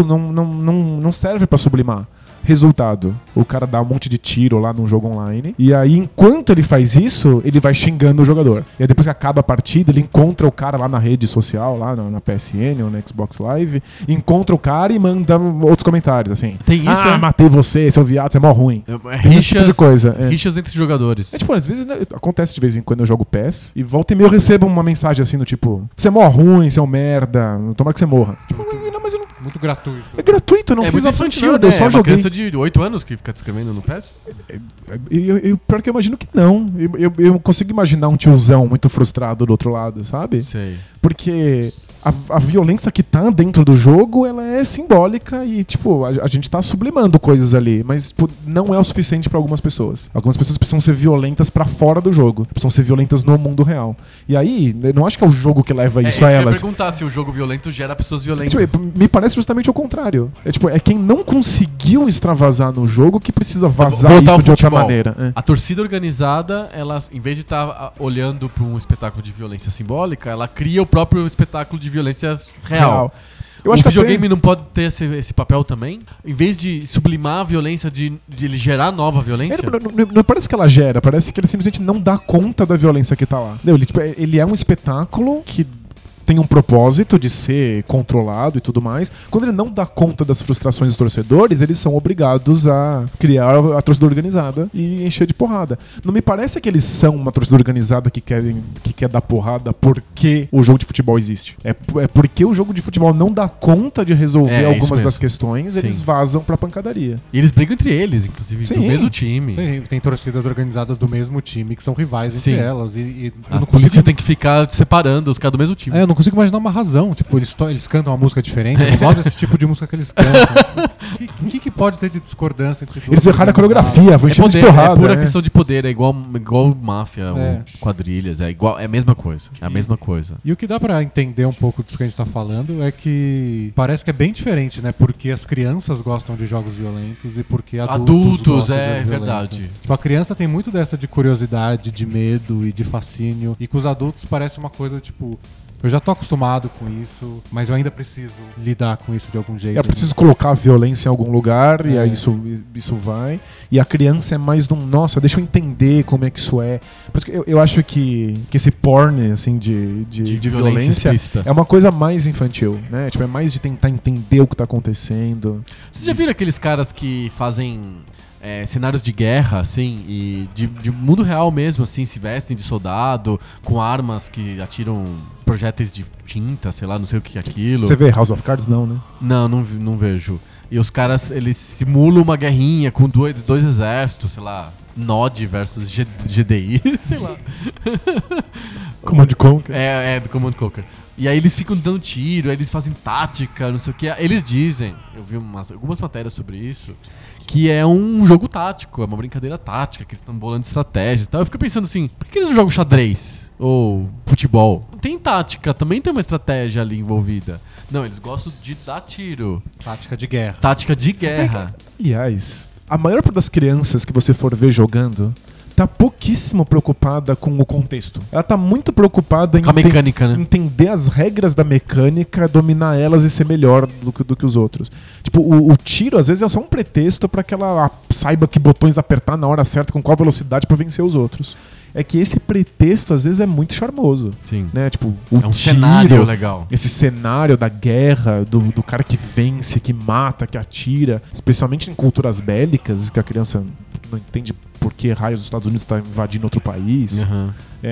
não serve para sublimar. Resultado, o cara dá um monte de tiro lá num jogo online, e aí enquanto ele faz isso, ele vai xingando o jogador. E aí depois que acaba a partida, ele encontra o cara lá na rede social, lá na PSN ou no Xbox Live, encontra o cara e manda outros comentários, assim. Tem isso, matei você, seu viado, você é mó ruim. Rixas, tipo de coisa. Rixas entre jogadores. Tipo, às vezes, né, acontece de vez em quando eu jogo PES, e volta e meia eu recebo uma mensagem assim do tipo, você é mó ruim, você é um merda, tomara que você morra. Tipo, não, mas eu não... Muito gratuito. É gratuito, eu não fiz infantil, nada, eu só joguei. Uma criança de 8 anos que fica te escrevendo no PES? Pior que eu imagino que não. Eu consigo imaginar um tiozão muito frustrado do outro lado, sabe? Sei. Porque a violência que tá dentro do jogo, ela é simbólica e, tipo, a gente tá sublimando coisas ali, mas tipo, não é o suficiente pra algumas pessoas. Algumas pessoas precisam ser violentas pra fora do jogo, precisam ser violentas no mundo real. E aí, eu não acho que é o jogo que leva isso a Eu ia elas. perguntar se o jogo violento gera pessoas violentas. Tipo, me parece justamente o contrário. É quem não conseguiu extravasar no jogo que precisa vazar Voltar isso ao de outra futebol. maneira. A torcida organizada, ela, em vez de estar olhando para um espetáculo de violência simbólica, ela cria o próprio espetáculo de violência real. Eu acho o que videogame não pode ter esse papel também? Em vez de sublimar a violência, de ele gerar nova violência? Não parece que ela gera, parece que ele simplesmente não dá conta da violência que tá lá. Ele é um espetáculo que tem um propósito de ser controlado e tudo mais. Quando ele não dá conta das frustrações dos torcedores, eles são obrigados a criar a torcida organizada e encher de porrada. Não me parece que eles são uma torcida organizada que quer dar porrada porque o jogo de futebol existe. É porque o jogo de futebol não dá conta de resolver algumas das questões, eles vazam pra pancadaria. E eles brigam entre eles, inclusive, do mesmo time. Sim, tem torcidas organizadas do mesmo time que são rivais entre elas. E a polícia tem que ficar separando os caras do mesmo time. Eu não consigo imaginar uma razão. Tipo, eles cantam uma música diferente. Eu não gosto desse tipo de música que eles cantam. O que pode ter de discordância entre duas? Eles erraram a coreografia, vão encher de porrada. É pura questão de poder, é igual máfia, ou quadrilhas, é a mesma coisa. É a mesma coisa. E o que dá pra entender um pouco disso que a gente tá falando é que parece que é bem diferente, né? Porque as crianças gostam de jogos violentos e porque adultos gostam de jogos verdade. violentos. Tipo, a criança tem muito dessa de curiosidade, de medo e de fascínio. E com os adultos parece uma coisa, tipo... Eu já tô acostumado com isso, mas eu ainda preciso lidar com isso de algum jeito. Eu preciso colocar a violência em algum lugar e aí isso vai. E a criança é mais de um, nossa, deixa eu entender como é que isso é. Por isso que eu acho que esse porn, assim, de violência explícita é uma coisa mais infantil, né? Tipo, é mais de tentar entender o que tá acontecendo. Vocês já viram aqueles caras que fazem... cenários de guerra, assim, e de mundo real mesmo, assim, se vestem de soldado, com armas que atiram projéteis de tinta, sei lá, não sei o que é aquilo. Você vê House of Cards? Não, né? Não vejo. E os caras, eles simulam uma guerrinha com dois exércitos, sei lá, Nod versus GDI, sei lá. Command Conquer. Do Command Conquer. E aí eles ficam dando tiro, aí eles fazem tática, não sei o que. Eles dizem, eu vi algumas matérias sobre isso, que é um jogo tático, é uma brincadeira tática, que eles estão bolando estratégias e tal. Eu fico pensando assim, por que eles não jogam xadrez? Ou futebol? Tem tática, também tem uma estratégia ali envolvida. Não, eles gostam de dar tiro. Tática de guerra. Tática de guerra. Aliás, a maior parte das crianças que você for ver jogando tá pouquíssimo preocupada com o contexto. Ela tá muito preocupada com a mecânica, né? Entender as regras da mecânica, dominar elas e ser melhor do que os outros. Tipo, o tiro às vezes é só um pretexto pra que ela saiba que botões apertar na hora certa, com qual velocidade pra vencer os outros. É que esse pretexto às vezes é muito charmoso. Sim. Né? Tipo, é um cenário legal. Esse cenário da guerra, do cara que vence, que mata, que atira, especialmente em culturas bélicas, que a criança não entende por que raios os Estados Unidos está invadindo outro país. Uhum.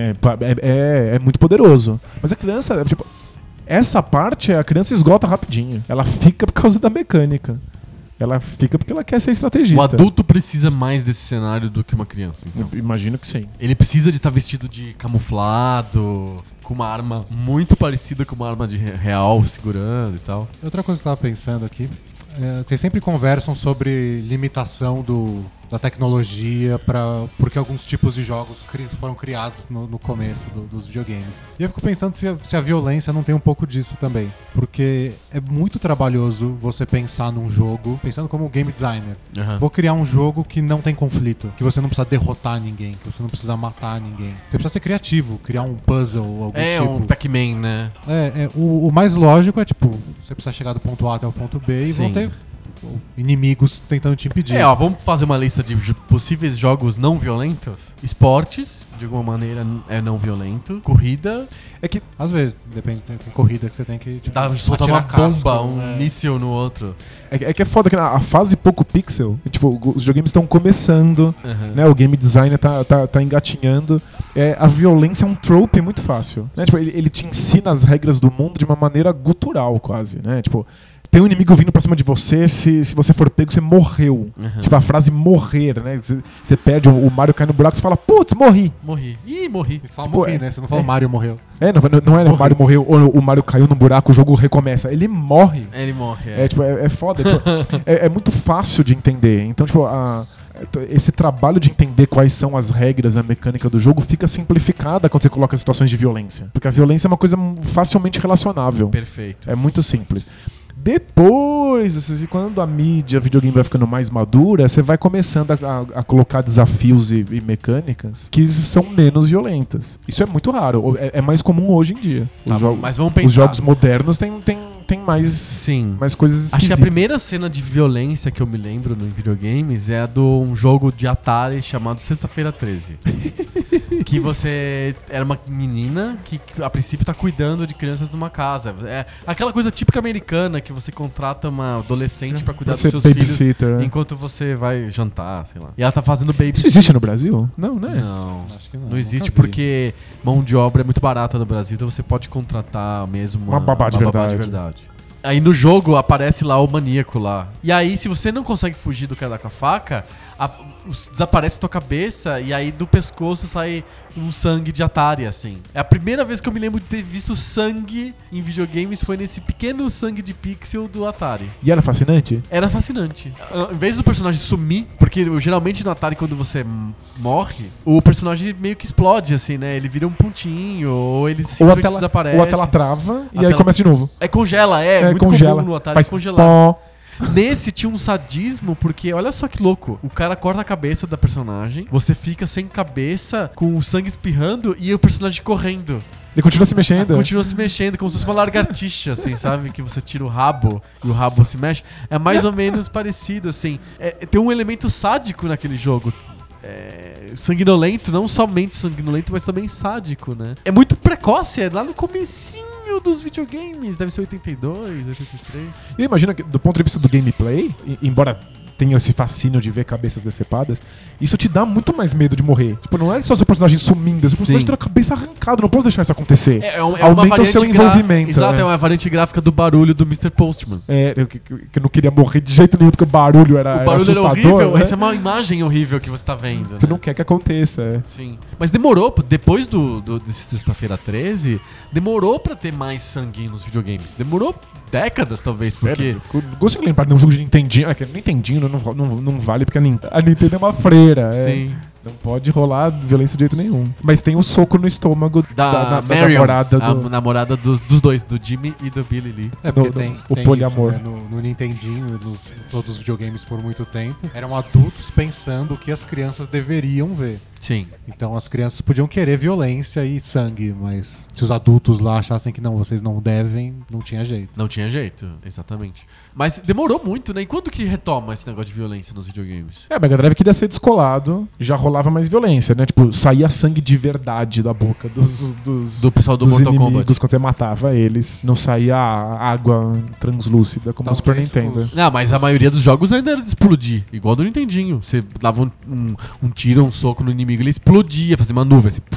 É muito poderoso. Mas a criança, tipo, essa parte a criança esgota rapidinho. Ela fica por causa da mecânica. Ela fica porque ela quer ser estrategista. O adulto precisa mais desse cenário do que uma criança. Então. Imagino que sim. Ele precisa de estar vestido de camuflado, com uma arma muito parecida com uma arma de real, segurando e tal. Outra coisa que eu estava pensando aqui, vocês sempre conversam sobre limitação da tecnologia porque alguns tipos de jogos foram criados no começo dos videogames. E eu fico pensando se a violência não tem um pouco disso também. Porque é muito trabalhoso você pensar num jogo, pensando como game designer. Uhum. Vou criar um jogo que não tem conflito, que você não precisa derrotar ninguém, que você não precisa matar ninguém. Você precisa ser criativo, criar um puzzle, algum tipo. É um Pac-Man, né? O mais lógico é, tipo, você precisa chegar do ponto A até o ponto B e vão ter inimigos tentando te impedir. Vamos fazer uma lista de possíveis jogos não violentos. Esportes, de alguma maneira, é não violento. Corrida. É que, às vezes, depende, tem corrida que você tem que soltar uma bomba, míssil no outro. É que é foda que a fase pouco pixel, tipo, os videogames estão começando, né? O game designer tá engatinhando. A violência é um trope muito fácil, né? Tipo, ele te ensina as regras do mundo de uma maneira gutural, quase, né? Tipo, tem um inimigo vindo pra cima de você, se você for pego, você morreu. Tipo, a frase morrer, né? Você perde, o Mario cai no buraco, você fala, putz, morri. Morri. Ih, morri. Você fala morri, né? Você não fala Mario morreu. Não é o Mario morreu, ou o Mario caiu no buraco, o jogo recomeça. Ele morre. Ele morre, É foda. Tipo, é muito fácil de entender. Então, tipo, esse trabalho de entender quais são as regras, a mecânica do jogo fica simplificada quando você coloca situações de violência. Porque a violência é uma coisa facilmente relacionável. Perfeito. É muito simples. Depois, quando a mídia, videogame vai ficando mais madura, você vai começando a colocar desafios e mecânicas que são menos violentas. Isso é muito raro. É mais comum hoje em dia. Mas vamos pensar. Os jogos modernos têm mais coisas esquisitas. Acho que a primeira cena de violência que eu me lembro no videogames é a de um jogo de Atari chamado Sexta-feira 13. Que você era uma menina que a princípio tá cuidando de crianças numa casa. É aquela coisa típica americana que você contrata uma adolescente pra cuidar dos seus filhos enquanto você vai jantar, sei lá. E ela tá fazendo baby. Isso existe no Brasil? Não, né? Não, Acho que não existe porque mão de obra é muito barata no Brasil, então você pode contratar mesmo uma babá de verdade. Aí no jogo aparece lá o maníaco lá. E aí, se você não consegue fugir do cara com a faca, desaparece tua cabeça e aí do pescoço sai um sangue de Atari, assim. É a primeira vez que eu me lembro de ter visto sangue em videogames, foi nesse pequeno sangue de pixel do Atari. E era fascinante? Era fascinante. Em vez do personagem sumir, porque geralmente no Atari quando você morre, o personagem meio que explode, assim, né? Ele vira um pontinho, ou ele simplesmente desaparece. Ou a tela trava e aí começa de novo. Congela, muito comum no Atari congelar. Nesse tinha um sadismo, porque olha só que louco. O cara corta a cabeça da personagem, você fica sem cabeça, com o sangue espirrando e o personagem correndo. Ele continua se mexendo? Continua se mexendo, como se fosse uma lagartixa, assim, sabe? Que você tira o rabo e o rabo se mexe. É mais ou menos parecido, assim. Tem um elemento sádico naquele jogo. Sanguinolento, não somente sanguinolento, mas também sádico, né? É muito precoce, é lá no comecinho dos videogames, deve ser 82, 83. E imagina que do ponto de vista do gameplay, embora tenha esse fascínio de ver cabeças decepadas, isso te dá muito mais medo de morrer. Tipo, não é só seu personagem sumindo, seu personagem tem a cabeça arrancada, não posso deixar isso acontecer. Aumenta o seu envolvimento. Exato, é uma variante gráfica do barulho do Mr. Postman. Eu não queria morrer de jeito nenhum, porque o barulho era assustador. Era horrível, né? Essa é uma imagem horrível que você tá vendo. Você não quer que aconteça. Sim. Mas demorou, depois desse Sexta-feira 13, demorou pra ter mais sangue nos videogames. Demorou décadas, talvez, porque... Gosto de lembrar de um jogo de Nintendinho. Nintendinho não vale, porque a Nintendo é uma freira. Sim. Não pode rolar violência de jeito nenhum. Mas tem o soco no estômago da Marion, namorada a namorada dos dois, do Jimmy e do Billy Lee. Porque o tem poliamor. isso, né? No Nintendinho, todos os videogames por muito tempo, eram adultos pensando o que as crianças deveriam ver. Sim. Então as crianças podiam querer violência e sangue, mas se os adultos lá achassem que não, vocês não devem, não tinha jeito. Não tinha jeito, exatamente. Mas demorou muito, né? E quando que retoma esse negócio de violência nos videogames? A Mega Drive queria ser descolado, já rolava mais violência, né? Tipo, saía sangue de verdade da boca do pessoal do dos Mortal inimigos Kombat. quando você matava eles. Não saía água translúcida como no Super Nintendo. Não, mas a maioria dos jogos ainda era de explodir, igual do Nintendinho. Você dava um tiro, um soco no inimigo, ele explodia, fazia uma nuvem assim.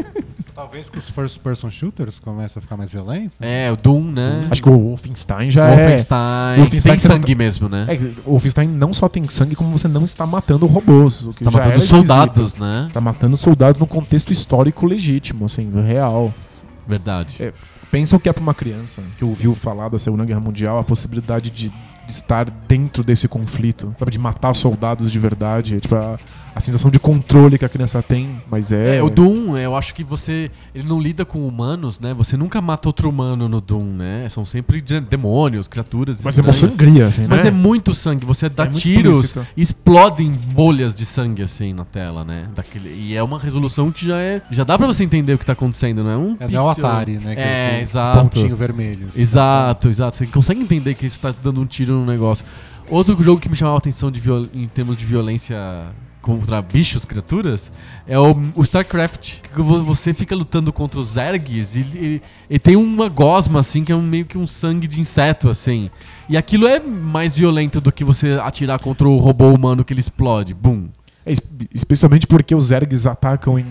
Talvez que os first person shooters comecem a ficar mais violentos. Né? O Doom, né? Acho que o Wolfenstein já Wolfenstein tem sangue mesmo, né? O Wolfenstein não só tem sangue, como você não está matando robôs. Você tá matando soldados, né? Tá matando soldados num contexto histórico legítimo, assim, real. Verdade. Pensa o que é pra uma criança que ouviu falar da Segunda Guerra Mundial, a possibilidade de estar dentro desse conflito, sabe, de matar soldados de verdade, tipo, a sensação de controle que a criança tem, mas o Doom, eu acho que ele não lida com humanos, né? Você nunca mata outro humano no Doom, né? São sempre demônios, criaturas mas estranhas. É uma sangria, assim, mas né? é muito sangue, você dá muito tiros explícito. e explodem bolhas de sangue, assim, na tela, né? E é uma resolução que já dá pra você entender o que tá acontecendo, não é um pixel. É o Atari, né? Que exato. Pontinho vermelho. Assim. Exato. Você consegue entender que você tá dando um tiro no negócio. Outro jogo que me chamava a atenção em termos de violência contra bichos, criaturas, é o StarCraft. Que você fica lutando contra os Zergs e tem uma gosma, assim, que é meio que um sangue de inseto, assim. E aquilo é mais violento do que você atirar contra o robô humano que ele explode. Bum. Especialmente porque os Zergs atacam em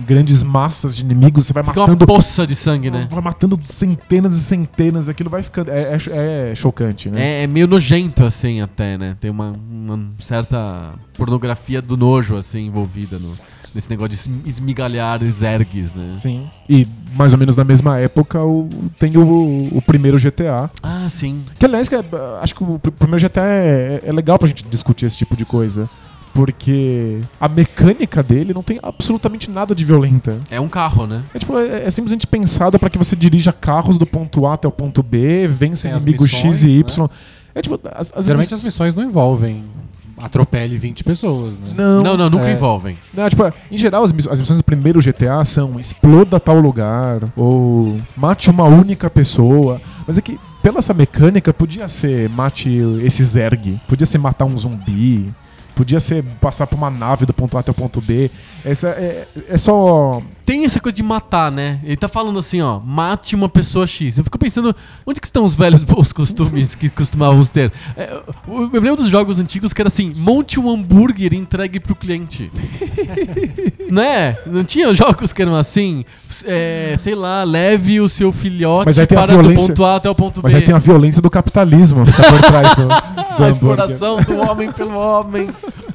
grandes massas de inimigos, você vai Fica matando... uma poça de sangue, né? Vai matando centenas e centenas, aquilo vai ficando... É chocante, né? É meio nojento, assim, até, né? Tem uma certa pornografia do nojo, assim, envolvida nesse negócio de esmigalhar zergs, né? Sim. E mais ou menos na mesma época tem o primeiro GTA. Ah, sim. Que aliás, acho que o primeiro GTA é legal pra gente discutir esse tipo de coisa. Porque a mecânica dele não tem absolutamente nada de violenta. É um carro, né? É simplesmente pensado pra que você dirija carros do ponto A até o ponto B, vença Tem as inimigos missões, X e Y. né? Geralmente as missões não envolvem atropele 20 pessoas, né? Não, nunca envolvem. Não, em geral, as missões do primeiro GTA são exploda tal lugar, ou mate uma única pessoa. Mas é que, pela essa mecânica, podia ser mate esse zerg, podia ser matar um zumbi, podia ser passar por uma nave do ponto A até o ponto B. Essa é só... Tem essa coisa de matar, né? Ele tá falando assim, ó, mate uma pessoa X. Eu fico pensando, onde que estão os velhos bons costumes que costumávamos ter? Eu me lembro dos jogos antigos que era assim, monte um hambúrguer e entregue pro cliente. Né? Não tinha jogos que eram assim? Sei lá, leve o seu filhote para do ponto A até o ponto B. Mas aí tem a violência do capitalismo que tá por trás do a exploração do homem pelo homem.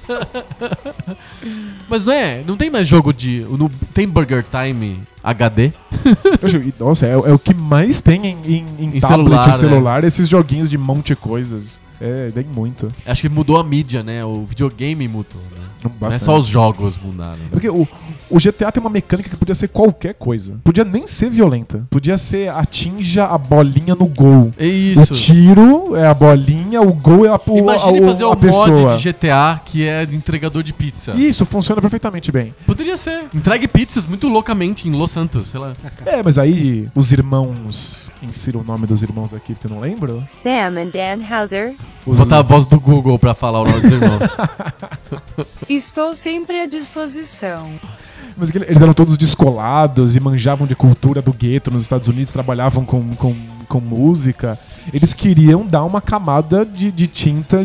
Mas não tem mais jogo tem Burger Time HD? Nossa, é o que mais tem em tablet celular, esses joguinhos de monte de coisas. Tem muito. Acho que mudou a mídia, né? O videogame mudou, né? Bastante. Não é só os jogos mudaram. Né? Porque o GTA tem uma mecânica que podia ser qualquer coisa. Podia nem ser violenta. Podia ser atinja a bolinha no gol. É isso. O tiro é a bolinha, o gol é a pessoa. Imagine fazer o mod de GTA que é de entregador de pizza. Isso, funciona perfeitamente bem. Poderia ser. Entregue pizzas muito loucamente em Los Santos, sei lá. Mas aí os irmãos... Insira o nome dos irmãos aqui, porque eu não lembro. Sam and Dan Hauser. Vou botar a voz do Google pra falar o nome dos irmãos. Estou sempre à disposição. Mas eles eram todos descolados e manjavam de cultura do gueto nos Estados Unidos, trabalhavam com música. Eles queriam dar uma camada de tinta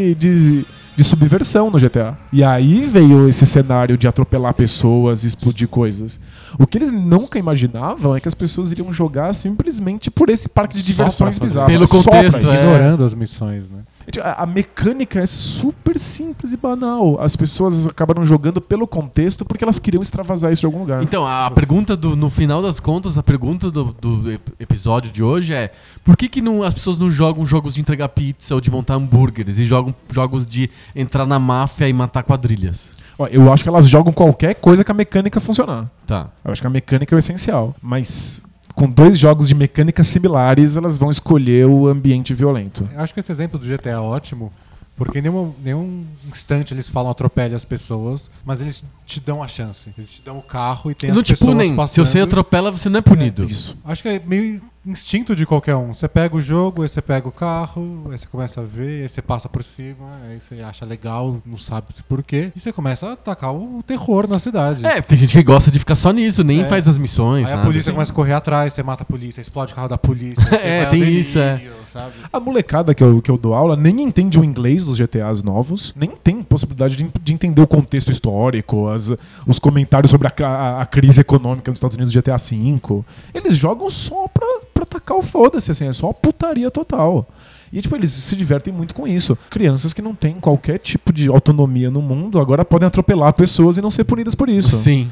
de subversão no GTA. E aí veio esse cenário de atropelar pessoas e explodir coisas. O que eles nunca imaginavam é que as pessoas iriam jogar simplesmente por esse parque de diversões bizarro. Pelo contexto, ignorando as missões, né? A mecânica é super simples e banal. As pessoas acabaram jogando pelo contexto porque elas queriam extravasar isso de algum lugar. Então, a pergunta no final das contas, a pergunta do episódio de hoje é: por que as pessoas não jogam jogos de entregar pizza ou de montar hambúrgueres e jogam jogos de entrar na máfia e matar quadrilhas? Eu acho que elas jogam qualquer coisa que a mecânica funcionar. Tá. Eu acho que a mecânica é o essencial. Mas com 2 jogos de mecânica similares, elas vão escolher o ambiente violento. Eu acho que esse exemplo do GTA é ótimo, porque em nenhum instante eles falam atropele as pessoas, mas eles te dão a chance. Eles te dão o carro e tem as pessoas punem. passando. Se você atropela, você não é punido. Isso. Acho que é meio instinto de qualquer um. Você pega o jogo, aí você pega o carro, aí você começa a ver, aí você passa por cima, aí você acha legal, não sabe por quê, e você começa a atacar o terror na cidade. Tem gente que gosta de ficar só nisso, nem faz as missões. Aí a nada. polícia começa a correr atrás, você mata a polícia, explode o carro da polícia. Você vai ao tem delírio, isso, sabe? A molecada que eu dou aula nem entende o inglês dos GTAs novos, nem tem possibilidade de entender o contexto histórico, os comentários sobre a crise econômica nos Estados Unidos do GTA V. Eles jogam só pra tacar o foda-se, assim, é só putaria total. E, eles se divertem muito com isso. Crianças que não têm qualquer tipo de autonomia no mundo agora podem atropelar pessoas e não ser punidas por isso. Sim.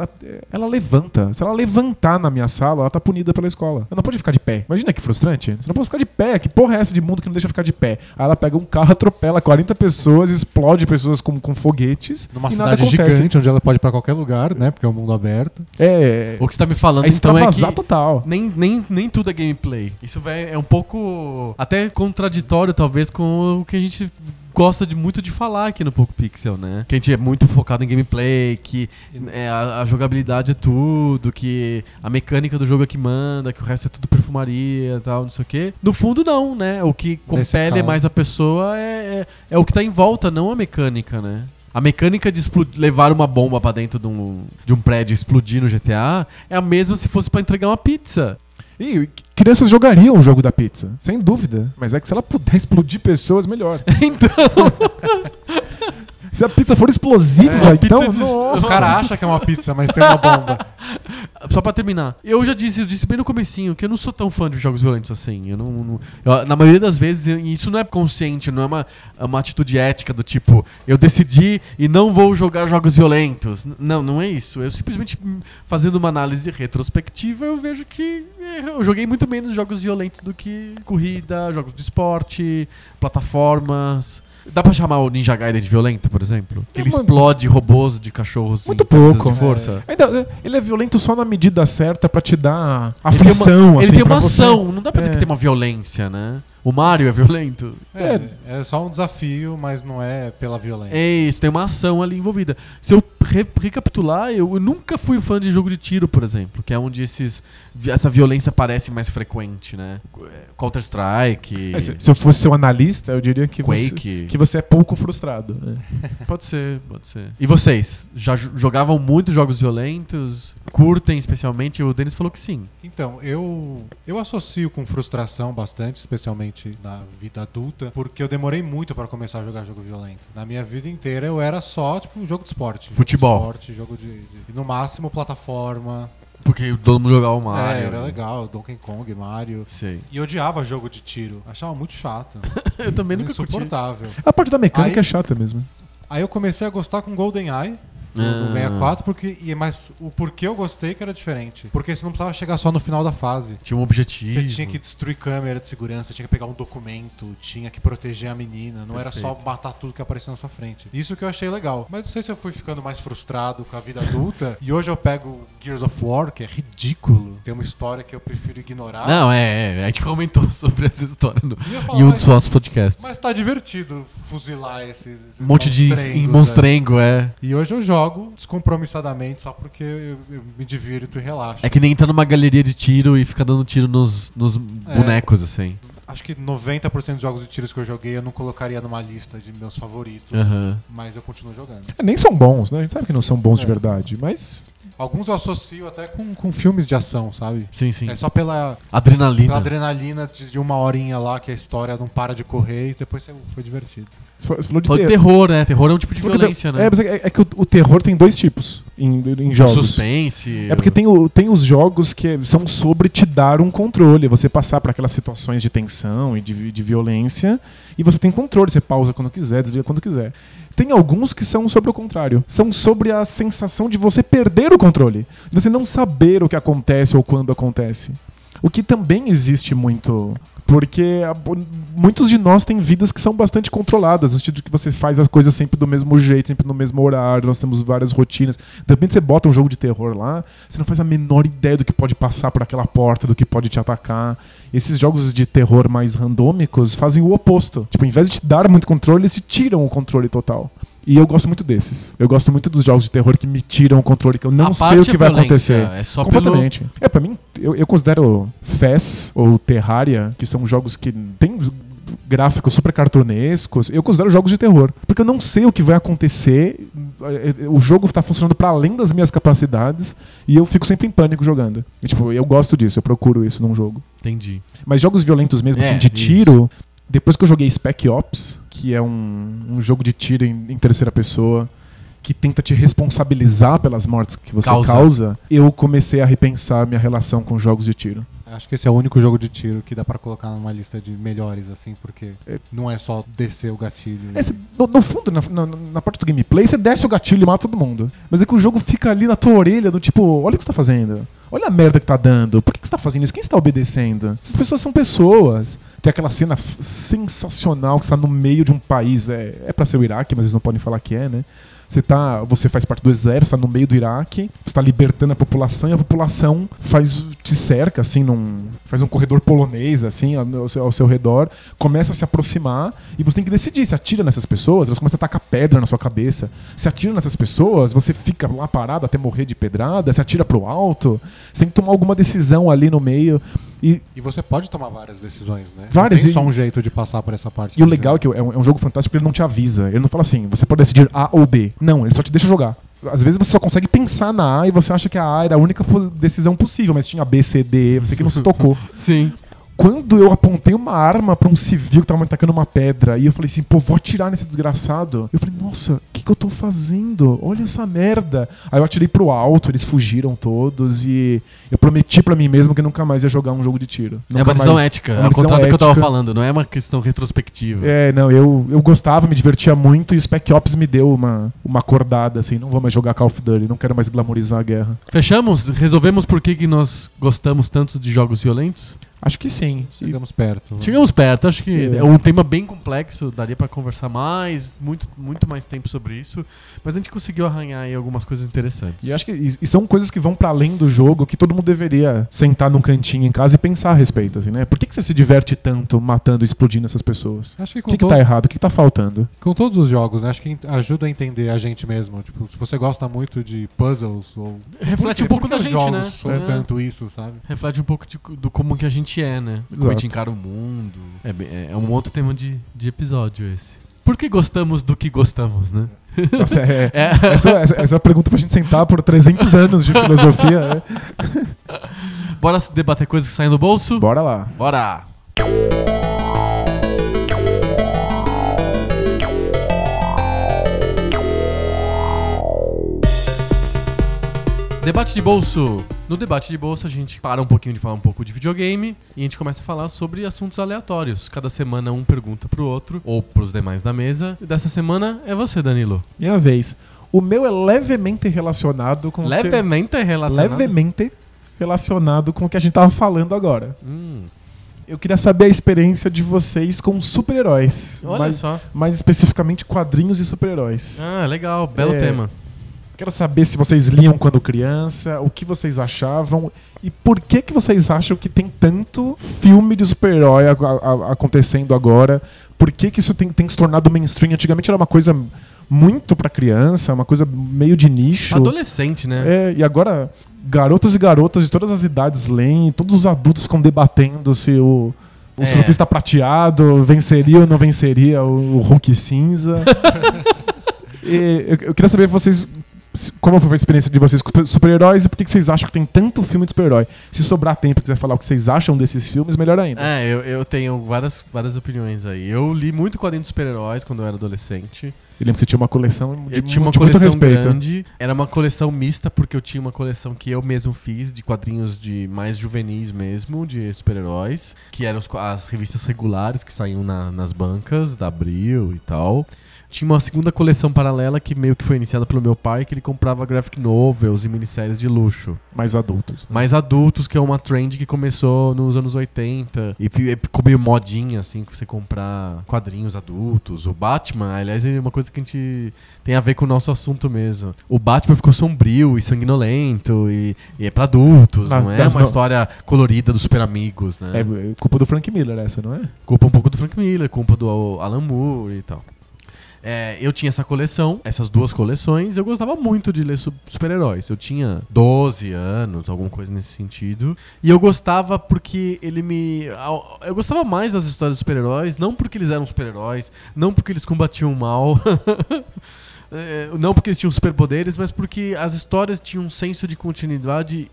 Ela levanta. Se ela levantar na minha sala, ela tá punida pela escola. Ela não pode ficar de pé. Imagina que frustrante. Você não pode ficar de pé. Que porra é essa de mundo que não deixa ficar de pé? Aí ela pega um carro, atropela 40 pessoas, explode pessoas com foguetes. Numa e cidade nada acontece. gigante, onde ela pode ir pra qualquer lugar, né? Porque é um mundo aberto. O que você tá me falando, é então, é extravasar que total. nem tudo é gameplay. Isso é um pouco até contraditório, talvez, com o que a gente gosta muito de falar aqui no Poco Pixel, né? Que a gente é muito focado em gameplay, que a jogabilidade é tudo, que a mecânica do jogo é que manda, que o resto é tudo perfumaria e tal, não sei o quê. No fundo, não, né? O que compele mais a pessoa é o que tá em volta, não a mecânica, né? A mecânica de levar uma bomba pra dentro de um prédio e explodir no GTA é a mesma se fosse pra entregar uma pizza. E crianças jogariam o jogo da pizza, sem dúvida. Mas é que se ela puder explodir pessoas, melhor. Então... Se a pizza for explosiva, então... pizza Nossa. O cara acha que é uma pizza, mas tem uma bomba. Só pra terminar, eu disse bem no comecinho que eu não sou tão fã de jogos violentos assim. Na maioria das vezes, isso não é consciente, não é uma atitude ética do tipo, eu decidi e não vou jogar jogos violentos. Não é isso. Eu simplesmente, fazendo uma análise retrospectiva, eu vejo que eu joguei muito menos jogos violentos do que corrida, jogos de esporte, plataformas. Dá pra chamar o Ninja Gaiden de violento, por exemplo? Que ele explode robôs de cachorros muito em campistas pouco. de força. Ainda, ele é violento só na medida certa pra te dar aflição. Ele assim, tem uma pra você. ação, não dá pra dizer que tem uma violência, né? O Mario é violento. É só um desafio, mas não é pela violência. É isso, tem uma ação ali envolvida. Se eu recapitular, eu nunca fui fã de jogo de tiro, por exemplo, que é onde essa violência parece mais frequente, né? Counter-Strike. Se eu fosse seu analista, eu diria que Quake. você é pouco frustrado. Né? Pode ser. E vocês? Já jogavam muitos jogos violentos? Curtem especialmente? O Denis falou que sim. Então, eu associo com frustração bastante, especialmente na vida adulta, porque eu demorei muito pra começar a jogar jogo violento. Na minha vida inteira eu era só, tipo, um jogo de esporte. Futebol. Jogo de no máximo, plataforma. Porque todo mundo jogava o Mario. Era legal, Donkey Kong, Mario. Sei. E eu odiava jogo de tiro. Achava muito chato. Eu também nunca curti. Insuportável. A parte da mecânica Aí- é chata mesmo. Aí eu comecei a gostar com GoldenEye. No 64, mas o porquê eu gostei que era diferente. Porque você não precisava chegar só no final da fase. Tinha um objetivo. Você tinha que destruir câmera de segurança, tinha que pegar um documento, tinha que proteger a menina. Não era só matar tudo que aparecia na sua frente. Isso que eu achei legal. Mas não sei se eu fui ficando mais frustrado com a vida adulta. E hoje eu pego Gears of War, que é ridículo. Tem uma história que eu prefiro ignorar. Não, a gente comentou sobre essa história Ia falar, em um dos nossos podcasts. Mas tá divertido fuzilar esses Um monte de monstrengos, monstrengo, E hoje eu jogo descompromissadamente só porque eu me divirto e relaxo. É que nem entrar numa galeria de tiro e ficar dando tiro nos bonecos, assim. Acho que 90% dos jogos de tiros que eu joguei eu não colocaria numa lista de meus favoritos. Mas eu continuo jogando. Nem são bons, né? A gente sabe que não são bons de verdade, mas... Alguns eu associo até com filmes de ação, sabe? Sim, sim. É só pela Adrenalina. adrenalina de uma horinha lá que a história não para de correr e depois foi divertido. Você falou de Pode terror, né? Terror é um tipo de violência, né? Mas é que o terror tem dois tipos em jogos. Suspense. É porque tem os jogos que são sobre te dar um controle, você passar por aquelas situações de tensão e de violência, e você tem controle, você pausa quando quiser, desliga quando quiser. Tem alguns que são sobre o contrário. São sobre a sensação de você perder o controle. De você não saber o que acontece ou quando acontece. O que também existe muito. Porque muitos de nós têm vidas que são bastante controladas, no sentido de que você faz as coisas sempre do mesmo jeito, sempre no mesmo horário, nós temos várias rotinas. De repente você bota um jogo de terror lá, você não faz a menor ideia do que pode passar por aquela porta, do que pode te atacar. Esses jogos de terror mais randômicos fazem o oposto. Tipo, em vez de te dar muito controle, eles te tiram o controle total. E eu gosto muito desses. Eu gosto muito dos jogos de terror que me tiram o controle, que eu não sei o que vai acontecer. É só completamente. Pra mim, eu considero Fez ou Terraria, que são jogos que têm gráficos super cartunescos, eu considero jogos de terror. Porque eu não sei o que vai acontecer, o jogo tá funcionando para além das minhas capacidades, e eu fico sempre em pânico jogando. E, tipo, eu gosto disso, eu procuro isso num jogo. Entendi. Mas jogos violentos mesmo, assim, de tiro, depois que eu joguei Spec Ops, que é um jogo de tiro em terceira pessoa, que tenta te responsabilizar pelas mortes que você causa, eu comecei a repensar minha relação com jogos de tiro. Acho que esse é o único jogo de tiro que dá pra colocar numa lista de melhores, assim, porque não é só descer o gatilho. No fundo, na parte do gameplay, você desce o gatilho e mata todo mundo. Mas é que o jogo fica ali na tua orelha, do tipo, olha o que você tá fazendo. Olha a merda que tá dando. Por que você tá fazendo isso? Quem está obedecendo? Essas pessoas são pessoas. Tem aquela cena sensacional que você tá no meio de um país. É pra ser o Iraque, mas eles não podem falar que é, né? Você faz parte do exército, está no meio do Iraque, você está libertando a população e a população te cerca, assim, faz um corredor polonês, assim, ao seu redor, começa a se aproximar e você tem que decidir, se atira nessas pessoas, elas começam a tacar pedra na sua cabeça, se atira nessas pessoas, você fica lá parado até morrer de pedrada, se atira pro alto, você tem que tomar alguma decisão ali no meio. E você pode tomar várias decisões, né? Várias. Não tem só um jeito de passar por essa parte. E o legal é que é um jogo fantástico porque ele não te avisa. Ele não fala assim, você pode decidir A ou B. Não, ele só te deixa jogar. Às vezes você só consegue pensar na A e você acha que a A era a única decisão possível, mas tinha B, C, D, E, você que não se tocou. Sim. quando eu apontei uma arma pra um civil que tava me atacando uma pedra, e eu falei assim, pô, vou atirar nesse desgraçado. Eu falei, nossa, o que eu tô fazendo? Olha essa merda. Aí eu atirei pro alto, eles fugiram todos, e eu prometi pra mim mesmo que nunca mais ia jogar um jogo de tiro. É uma decisão ética, ao contrário do que eu tava falando, não é uma questão retrospectiva. Não, eu gostava, me divertia muito, e o Spec Ops me deu uma acordada, assim, não vou mais jogar Call of Duty, não quero mais glamorizar a guerra. Fechamos? Resolvemos por que nós gostamos tanto de jogos violentos? Acho que sim. Chegamos perto. Chegamos perto, acho que é um tema bem complexo, daria pra conversar muito mais tempo sobre isso, mas a gente conseguiu arranhar aí algumas coisas interessantes. E acho que e são coisas que vão pra além do jogo, que todo mundo deveria sentar num cantinho em casa e pensar a respeito, assim, né? Por que você se diverte tanto matando e explodindo essas pessoas? Acho que O que tá errado? O que tá faltando? Com todos os jogos, né? Acho que ajuda a entender a gente mesmo. Tipo, se você gosta muito de puzzles ou... Reflete um pouco da os gente, jogos né? são tanto isso, sabe? Reflete um pouco do como que a gente é, né? Como a gente encara o mundo. É um outro tema de episódio esse. Por que gostamos do que gostamos, né? Nossa, essa é a pergunta pra gente sentar por 300 anos de filosofia. Bora debater coisas que saem do bolso? Bora lá. Bora! Debate de bolso. No debate de bolso a gente para um pouquinho de falar um pouco de videogame e a gente começa a falar sobre assuntos aleatórios. Cada semana um pergunta pro outro ou pros demais da mesa. E dessa semana é você, Danilo. Minha vez. O meu é levemente relacionado com Levemente relacionado com o que a gente tava falando agora. Eu queria saber a experiência de vocês com super-heróis. Olha só. Mais especificamente quadrinhos e super-heróis. Ah, legal. Belo tema. Quero saber se vocês liam quando criança, o que vocês achavam e por que vocês acham que tem tanto filme de super-herói acontecendo agora. Por que isso tem se tornado mainstream? Antigamente era uma coisa muito pra criança, uma coisa meio de nicho. Adolescente, né? E agora garotos e garotas de todas as idades leem, todos os adultos ficam debatendo se o surfista prateado venceria ou não venceria o Hulk cinza. Eu queria saber vocês... Como foi a experiência de vocês com super-heróis e por que vocês acham que tem tanto filme de super-herói? Se sobrar tempo e quiser falar o que vocês acham desses filmes, melhor ainda. Eu tenho várias opiniões aí. Eu li muito quadrinho de super-heróis quando eu era adolescente. Eu lembro que você tinha uma coleção Eu tinha uma coleção grande. Era uma coleção mista, porque eu tinha uma coleção que eu mesmo fiz, de quadrinhos de mais juvenis mesmo, de super-heróis, que eram as revistas regulares que saíam nas bancas da Abril e tal. Tinha uma segunda coleção paralela que meio que foi iniciada pelo meu pai, que ele comprava graphic novels e minisséries de luxo. Mais adultos. Né? Mais adultos, que é uma trend que começou nos anos 80 e ficou meio modinha, assim, você comprar quadrinhos adultos. O Batman, aliás, é uma coisa que a gente tem a ver com o nosso assunto mesmo. O Batman ficou sombrio e sanguinolento e é pra adultos, não é uma história colorida dos super amigos, né? É culpa do Frank Miller essa, não é? Culpa um pouco do Frank Miller, culpa do Alan Moore e tal. Eu tinha essa coleção, essas duas coleções, eu gostava muito de ler super-heróis. Eu tinha 12 anos, alguma coisa nesse sentido. E eu gostava porque eu gostava mais das histórias dos super-heróis, não porque eles eram super-heróis, não porque eles combatiam o mal, não porque eles tinham superpoderes, mas porque as histórias tinham um senso de continuidade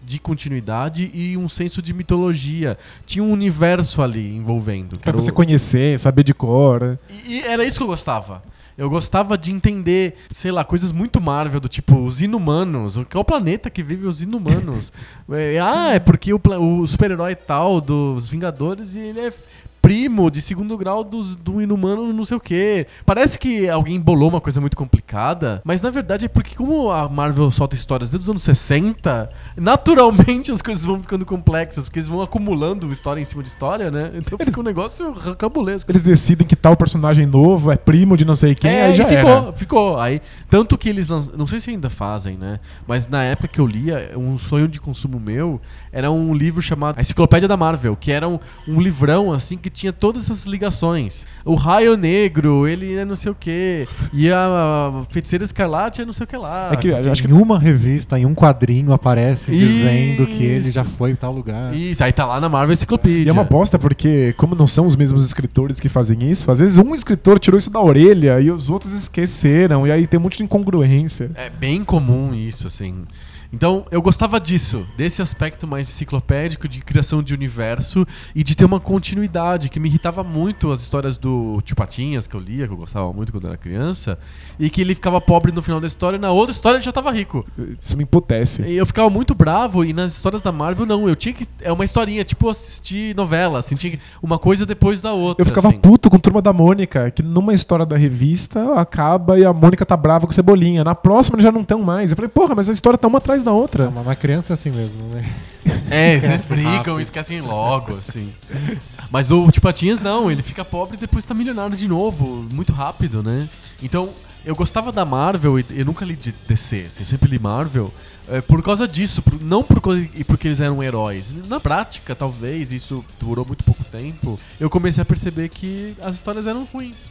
e um senso de mitologia. Tinha um universo ali envolvendo. Pra você conhecer, saber de cor. E era isso que eu gostava. Eu gostava de entender, sei lá, coisas muito Marvel, do tipo, os Inumanos. Qual é o planeta que vive os Inumanos? É porque o super-herói tal dos Vingadores, ele é primo de segundo grau do Inumano não sei o quê. Parece que alguém bolou uma coisa muito complicada, mas na verdade é porque como a Marvel solta histórias desde os anos 60, naturalmente as coisas vão ficando complexas, porque eles vão acumulando história em cima de história, né? Então fica um negócio rocambolesco. Eles decidem que tal personagem novo é primo de não sei quem, aí já ficou. Aí, tanto que eles, não sei se ainda fazem, né? Mas na época que eu lia, um sonho de consumo meu era um livro chamado A Enciclopédia da Marvel, que era um livrão, assim, que tinha todas essas ligações. O Raio Negro, ele é não sei o quê. E a Feiticeira Escarlate é não sei o que lá. Acho que em uma revista, em um quadrinho, aparece dizendo que ele já foi em tal lugar. Isso, aí tá lá na Marvel Enciclopédia. E é uma bosta, porque como não são os mesmos escritores que fazem isso, às vezes um escritor tirou isso da orelha e os outros esqueceram, e aí tem um monte de incongruência. É bem comum isso, assim. Então, eu gostava disso, desse aspecto mais enciclopédico de criação de universo e de ter uma continuidade, que me irritava muito as histórias do Tio Patinhas, que eu lia, que eu gostava muito quando era criança, e que ele ficava pobre no final da história, e na outra história ele já tava rico. Isso me emputece. E eu ficava muito bravo, e nas histórias da Marvel, não, eu tinha que... É uma historinha, tipo assistir novela, assim, tinha uma coisa depois da outra. Eu ficava assim. puto com Turma da Mônica, que numa história da revista acaba e a Mônica tá brava com o Cebolinha. Na próxima eles já não estão mais. Eu falei, porra, mas a história tá uma atrás da outra. Uma criança é assim mesmo, né? Eles brigam e esquecem logo, assim. Mas o Tio Patinhas não, ele fica pobre e depois tá milionário de novo, muito rápido, né? Então, eu gostava da Marvel, e eu nunca li de DC, assim, eu sempre li Marvel, por causa disso, não porque eles eram heróis. Na prática, talvez, isso durou muito pouco tempo, eu comecei a perceber que as histórias eram ruins.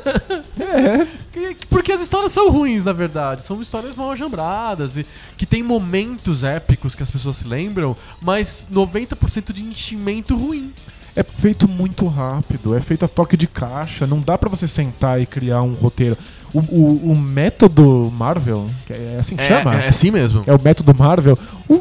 Porque as histórias são ruins, na verdade. São histórias mal ajambradas, e que tem momentos épicos que as pessoas se lembram, mas 90% de enchimento ruim. É feito muito rápido, é feito a toque de caixa, não dá pra você sentar e criar um roteiro. O método Marvel, que é assim que chama? É assim mesmo. É o método Marvel.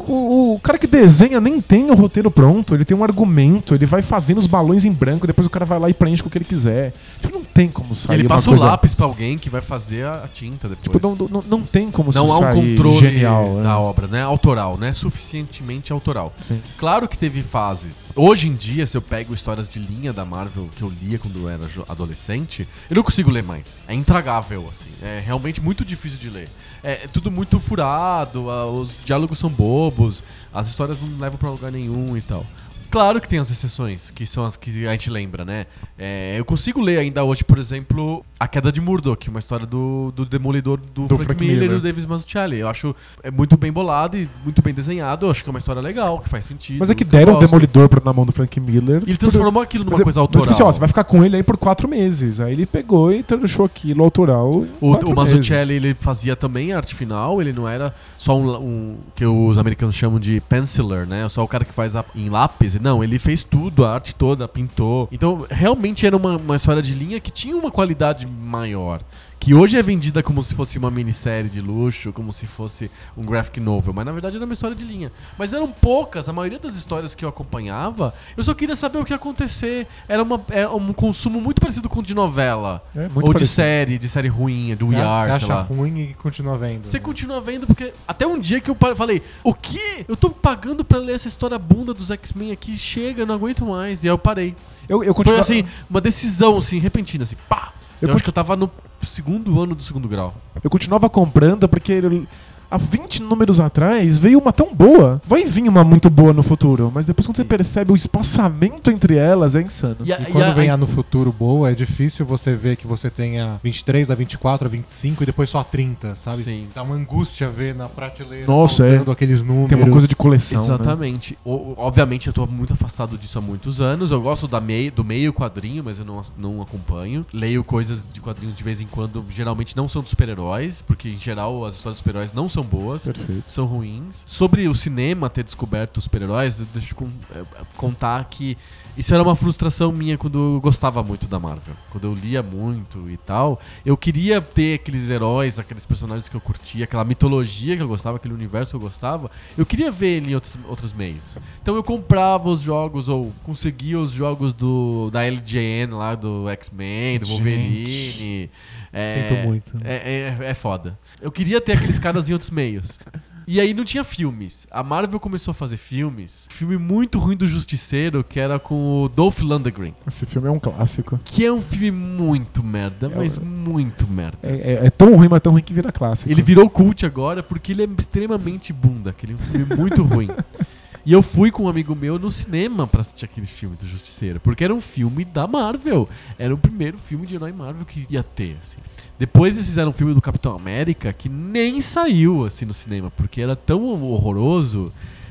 O cara que desenha nem tem o roteiro pronto, ele tem um argumento, ele vai fazendo os balões em branco, depois o cara vai lá e preenche com o que ele quiser. Tipo, não tem como sair Ele passa uma coisa... o lápis pra alguém que vai fazer a tinta depois. Tipo, não tem como Não há um sair controle genial. da obra, né? Autoral, né? Suficientemente autoral. Sim. Claro que teve fases. Hoje em dia, se eu pego histórias de linha da Marvel que eu lia quando eu era adolescente, eu não consigo ler mais. É intragável, assim. É realmente muito difícil de ler. É tudo muito furado, os diálogos são bobos, as histórias não levam pra lugar nenhum e tal. Claro que tem as exceções, que são as que a gente lembra, né? Eu consigo ler ainda hoje, por exemplo, A Queda de Murdoch, uma história do Demolidor do Frank Miller e do David Mazzucchelli. Eu acho muito bem bolado e muito bem desenhado. Eu acho que é uma história legal, que faz sentido. Mas é que deram o Demolidor na mão do Frank Miller. E ele transformou aquilo numa coisa Mas, autoral. tipo assim, ó, você vai ficar com ele aí por 4 meses. Aí ele pegou e deixou aquilo autoral. O Mazzucchelli, ele fazia também arte final, ele não era só um que os americanos chamam de penciler, né? Só o cara que faz em lápis. Não, ele fez tudo, a arte toda, pintou. Então, realmente era uma história de linha que tinha uma qualidade maior. Que hoje é vendida como se fosse uma minissérie de luxo, como se fosse um graphic novel, mas na verdade era uma história de linha. Mas eram poucas, a maioria das histórias que eu acompanhava, eu só queria saber o que ia acontecer. Era um consumo muito parecido com de novela, ou parecido. de série ruim, do Você ER, sei acha lá. ruim e continua vendo. Você continua vendo, porque até um dia que eu falei, o quê? Eu tô pagando pra ler essa história bunda dos X-Men aqui, chega, eu não aguento mais. E aí eu parei. Eu Foi continuava... assim, uma decisão assim, repentina, assim, pá! Eu acho que eu tava no segundo ano do segundo grau. Eu continuava comprando porque há 20 números atrás veio uma tão boa. Vai vir uma muito boa no futuro, mas depois quando você percebe o espaçamento entre elas é insano. E quando vem a no futuro boa, é difícil você ver que você tenha 23, a 24, a 25 e depois só a 30, sabe? Sim. Dá uma angústia ver na prateleira Nossa, faltando aqueles números. Tem uma coisa de coleção. Exatamente. Né? Obviamente eu tô muito afastado disso há muitos anos. Eu gosto do meio quadrinho, mas eu não acompanho. Leio coisas de quadrinhos de vez em quando, geralmente não são de super-heróis, porque em geral as histórias de super-heróis não são boas. Perfeito. São ruins. Sobre o cinema ter descoberto os super-heróis, deixa eu contar que isso era uma frustração minha quando eu gostava muito da Marvel. Quando eu lia muito e tal, eu queria ter aqueles heróis, aqueles personagens que eu curtia, aquela mitologia que eu gostava, aquele universo que eu gostava. Eu queria ver ele em outros meios. Então eu comprava os jogos, ou conseguia os jogos da LJN lá, do X-Men, do Wolverine. Sinto muito. É foda. Eu queria ter aqueles caras em outros meios. E aí não tinha filmes. A Marvel começou a fazer filmes. Filme muito ruim do Justiceiro, que era com o Dolph Lundgren. Esse filme é um clássico. Que é um filme muito merda, mas muito merda. É tão ruim, mas tão ruim que vira clássico. Ele virou cult agora porque ele é extremamente bunda. Aquele é um filme muito ruim. E eu fui com um amigo meu no cinema pra assistir aquele filme do Justiceiro. Porque era um filme da Marvel. Era o primeiro filme de herói Marvel que ia ter, assim. Depois eles fizeram um filme do Capitão América que nem saiu, assim, no cinema. Porque era tão horroroso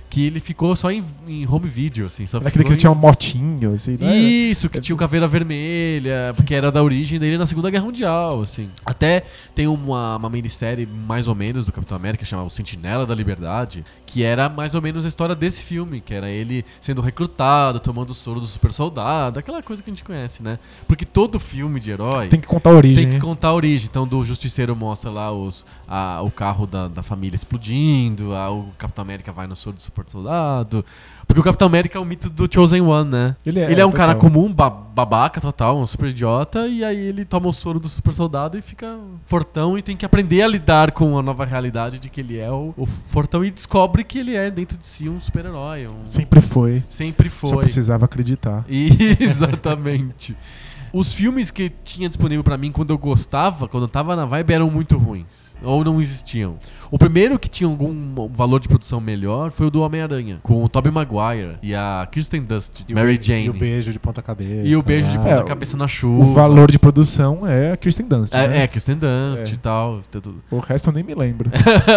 que ele ficou só em home video, assim. Só Daquele que ele tinha um motinho, assim, né? Isso, que tinha o Caveira Vermelha, porque era da origem dele na Segunda Guerra Mundial, assim. Até tem uma minissérie, mais ou menos, do Capitão América, chamada O Sentinela da Liberdade, que era mais ou menos a história desse filme, que era ele sendo recrutado, tomando o soro do super soldado, aquela coisa que a gente conhece, né? Porque todo filme de herói Tem que contar a origem. tem que contar a origem. Então, do Justiceiro mostra lá o carro da família explodindo, o Capitão América vai no soro do super soldado. Porque o Capitão América é o mito do Chosen One, né? Ele é um total. cara comum, babaca total, um super idiota, e aí ele toma o soro do super soldado e fica fortão e tem que aprender a lidar com a nova realidade de que ele é o fortão e descobre que ele é dentro de si um super-herói. Sempre foi. Sempre foi. Só precisava acreditar. Exatamente. Os filmes que tinha disponível pra mim quando eu gostava, quando eu tava na vibe, eram muito ruins. Ou não existiam. O primeiro que tinha algum valor de produção melhor foi o do Homem-Aranha, com o Tobey Maguire e a Kirsten Dunst, Mary Jane. E o beijo de ponta-cabeça. E o beijo de né? ponta-cabeça na chuva. O valor de produção é a Kirsten Dunst, né? É, Kirsten Dunst e tal. O resto eu nem me lembro.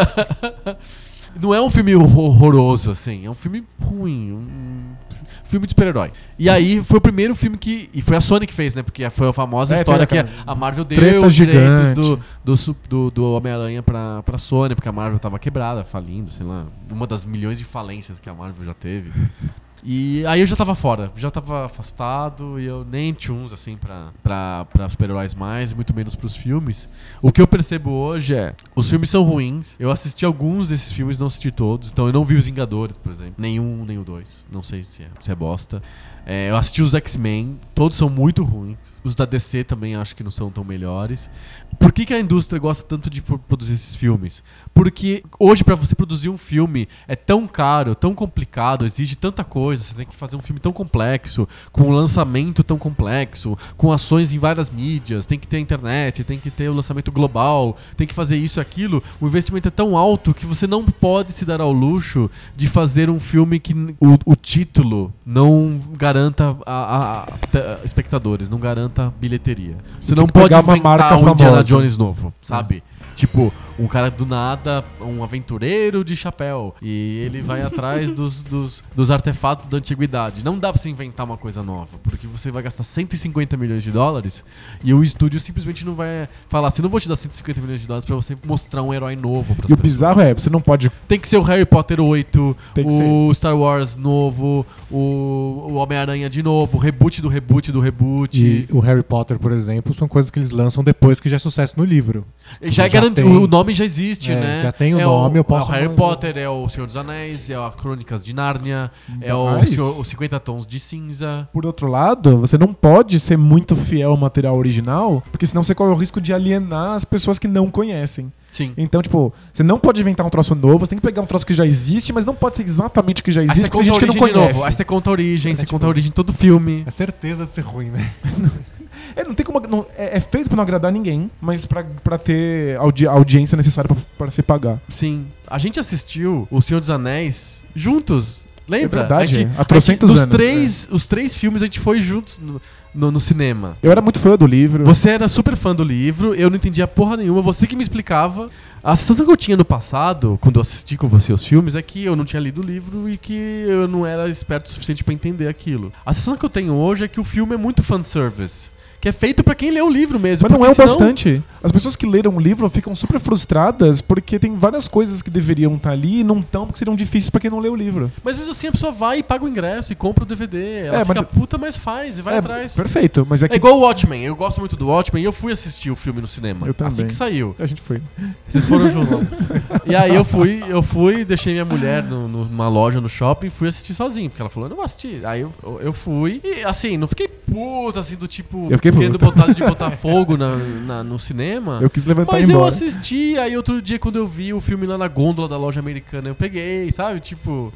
Não é um filme horroroso, assim. É um filme ruim. Um filme de super-herói. E aí foi o primeiro filme que... E foi a Sony que fez, né? Porque foi a famosa história que a Marvel deu os direitos do Homem-Aranha pra Sony, porque a Marvel tava quebrada, falindo, sei lá. Uma das milhões de falências que a Marvel já teve. E aí eu já tava fora, já tava afastado e eu nem tinha uns assim pra super-heróis mais, muito menos pros filmes. O que eu percebo hoje é, os filmes são ruins, eu assisti alguns desses filmes, não assisti todos, então eu não vi os Vingadores, por exemplo, nenhum, nem o 2, não sei se é bosta. Eu assisti os X-Men, todos são muito ruins, os da DC também acho que não são tão melhores. Por que a indústria gosta tanto de produzir esses filmes? Porque hoje pra você produzir um filme é tão caro, tão complicado, exige tanta coisa, você tem que fazer um filme tão complexo, com um lançamento tão complexo, com ações em várias mídias, tem que ter a internet, tem que ter o lançamento global, tem que fazer isso e aquilo. O investimento é tão alto que você não pode se dar ao luxo de fazer um filme que o título não garanta a espectadores, não garanta bilheteria. Você não pode inventar um Indiana Jones novo, sabe? Tipo, um cara do nada, um aventureiro de chapéu, e ele vai atrás dos artefatos da antiguidade. Não dá pra você inventar uma coisa nova, porque você vai gastar 150 milhões de dólares e o estúdio simplesmente não vai falar assim, não vou te dar 150 milhões de dólares pra você mostrar um herói novo pras pessoas. O bizarro é, você não pode... Tem que ser o Harry Potter 8, o Star Wars novo, o Homem-Aranha de novo, o reboot do reboot do reboot. E o Harry Potter, por exemplo, são coisas que eles lançam depois que já é sucesso no livro. Já é garantido, o nome já existe, né? Já tem o nome, eu posso... É o Harry Potter, é o Senhor dos Anéis, é a Crônicas de Nárnia, é os 50 Tons de Cinza. Por outro lado, você não pode ser muito fiel ao material original, porque senão você corre o risco de alienar as pessoas que não conhecem. Sim. Então, tipo, você não pode inventar um troço novo, você tem que pegar um troço que já existe, mas não pode ser exatamente o que já existe, porque a gente que não conhece. Aí você conta a origem, você conta a origem de todo filme. É certeza de ser ruim, né? Não tem como. É feito pra não agradar ninguém, mas pra ter audiência necessária pra se pagar. Sim. A gente assistiu O Senhor dos Anéis juntos. Lembra? É verdade, há trocentos anos. Os três filmes a gente foi juntos no cinema. Eu era muito fã do livro. Você era super fã do livro, eu não entendia porra nenhuma, você que me explicava. A sensação que eu tinha no passado, quando eu assisti com você os filmes, é que eu não tinha lido o livro e que eu não era esperto o suficiente pra entender aquilo. A sensação que eu tenho hoje é que o filme é muito fanservice. Que é feito pra quem lê o livro mesmo. Mas não é o bastante. As pessoas que leram o livro ficam super frustradas porque tem várias coisas que deveriam estar ali e não estão porque seriam difíceis pra quem não lê o livro. Mas mesmo assim a pessoa vai e paga o ingresso e compra o DVD. Ela fica puta, mas faz e vai atrás. Perfeito. Mas é igual o Watchmen. Eu gosto muito do Watchmen e eu fui assistir o filme no cinema. Eu também. Assim que saiu. A gente foi. Vocês foram juntos. E aí eu fui, deixei minha mulher numa loja no shopping e fui assistir sozinho. Porque ela falou, eu não vou assistir. Aí eu fui e assim, não fiquei puto, assim, do tipo, querendo botar fogo no cinema. Eu quis levantar mas embora. Eu assisti, aí outro dia quando eu vi o filme lá na gôndola da loja americana, eu peguei, sabe? Tipo,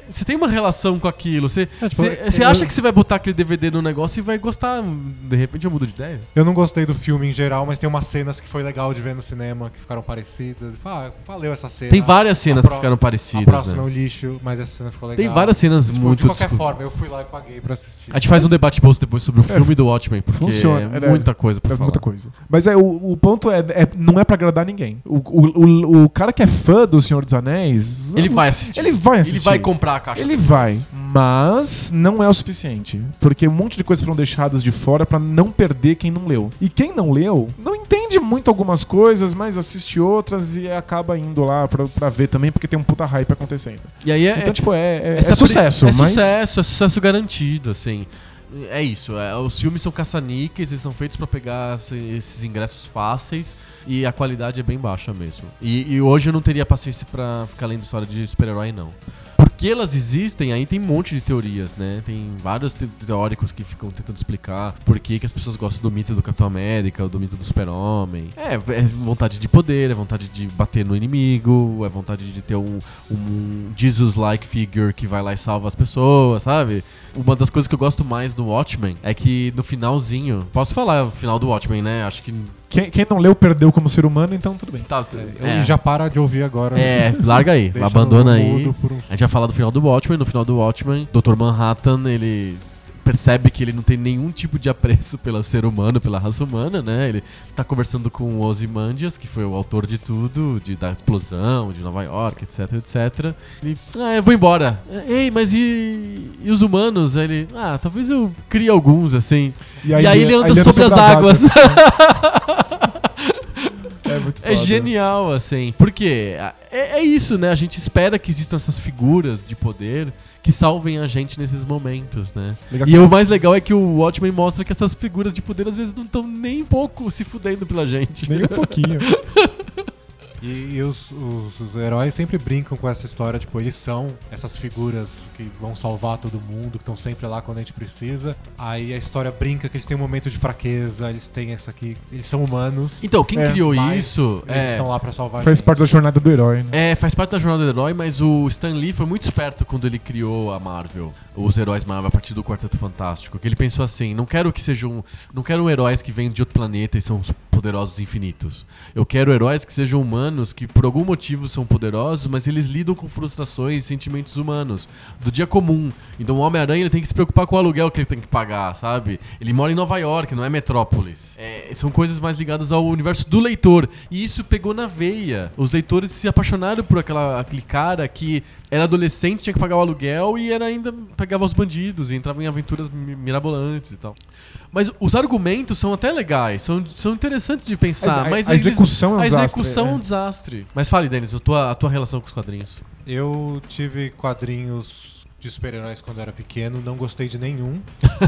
você tem uma relação com aquilo. Você eu- acha que você vai botar aquele DVD no negócio e vai gostar. De repente eu mudo de ideia. Eu não gostei do filme em geral, mas tem umas cenas que foi legal de ver no cinema, que ficaram parecidas. Valeu essa cena. Tem várias cenas que ficaram A parecidas. próxima é Né? um lixo, mas essa cena ficou legal. Tem várias cenas Tipo, muito de qualquer discu- forma, eu fui lá e paguei pra assistir. A gente faz um debate bolso depois sobre o filme do Watchmen, porque Funciona. é muita coisa pra É falar. muita coisa. Mas o ponto não é pra agradar ninguém. O cara que é fã do Senhor dos Anéis... Ele vai assistir. Ele vai assistir. Ele vai comprar a caixa. Ele depois. vai, mas não é o suficiente. Porque um monte de coisas foram deixadas de fora pra não perder quem não leu. E quem não leu, não entende muito algumas coisas, mas assiste outras e acaba indo lá pra ver também, porque tem um puta hype acontecendo. E aí Então, tipo, é essa sucesso, é mas... sucesso garantido, assim. É isso, os filmes são caça-níqueis, eles são feitos pra pegar esses ingressos fáceis e a qualidade é bem baixa mesmo. E hoje eu não teria paciência pra ficar lendo história de super-herói, não. Porque elas existem, aí tem um monte de teorias, né? Tem vários teóricos que ficam tentando explicar por que as pessoas gostam do mito do Capitão América, ou do mito do Super-Homem. É vontade de poder, é vontade de bater no inimigo, é vontade de ter um Jesus-like figure que vai lá e salva as pessoas, sabe? Uma das coisas que eu gosto mais do Watchmen é que no finalzinho... Posso falar o final do Watchmen, né? Acho que... Quem não leu perdeu como ser humano, então tudo bem. Tá, E já para de ouvir agora. larga aí, Deixa abandona no aí. mudo por uns- A gente vai falar do final do Watchmen. No final do Watchmen, Dr. Manhattan, ele percebe que ele não tem nenhum tipo de apreço pelo ser humano, pela raça humana, né? Ele tá conversando com o Ozymandias, que foi o autor de tudo, da explosão, de Nova York, etc, etc. Ele, eu vou embora. Ei, mas e os humanos? Aí ele, talvez eu crie alguns, assim. E aí ele anda sobre as águas. É muito É foda. genial, assim. Porque é isso, né? A gente espera que existam essas figuras de poder que salvem a gente nesses momentos, né? Legal E que- o mais legal é que o Watchmen mostra que essas figuras de poder às vezes não estão nem um pouco se fudendo pela gente. Nem um pouquinho. E os heróis sempre brincam com essa história, tipo, eles são essas figuras que vão salvar todo mundo, que estão sempre lá quando a gente precisa. Aí a história brinca que eles têm um momento de fraqueza, eles têm essa aqui, eles são humanos. Então, quem criou mas isso... eles estão lá pra salvar a Faz gente. parte da jornada do herói, né? Faz parte da jornada do herói, mas o Stan Lee foi muito esperto quando ele criou a Marvel, os heróis Marvel a partir do Quarteto Fantástico, que ele pensou assim, não quero heróis que vêm de outro planeta e são poderosos infinitos. Eu quero heróis que sejam humanos, que por algum motivo são poderosos, mas eles lidam com frustrações e sentimentos humanos, do dia comum. Então o Homem-Aranha ele tem que se preocupar com o aluguel que ele tem que pagar, sabe? Ele mora em Nova York, não é Metrópolis. São coisas mais ligadas ao universo do leitor. E isso pegou na veia. Os leitores se apaixonaram por aquele cara que era adolescente, tinha que pagar o aluguel e ainda pegava os bandidos e entrava em aventuras mirabolantes e tal. Mas os argumentos são até legais, são interessantes de pensar. Mas a execução é um desastre. A execução é um desastre. Mas fale, Denis, a tua relação com os quadrinhos. Eu tive quadrinhos de super-heróis quando eu era pequeno, não gostei de nenhum.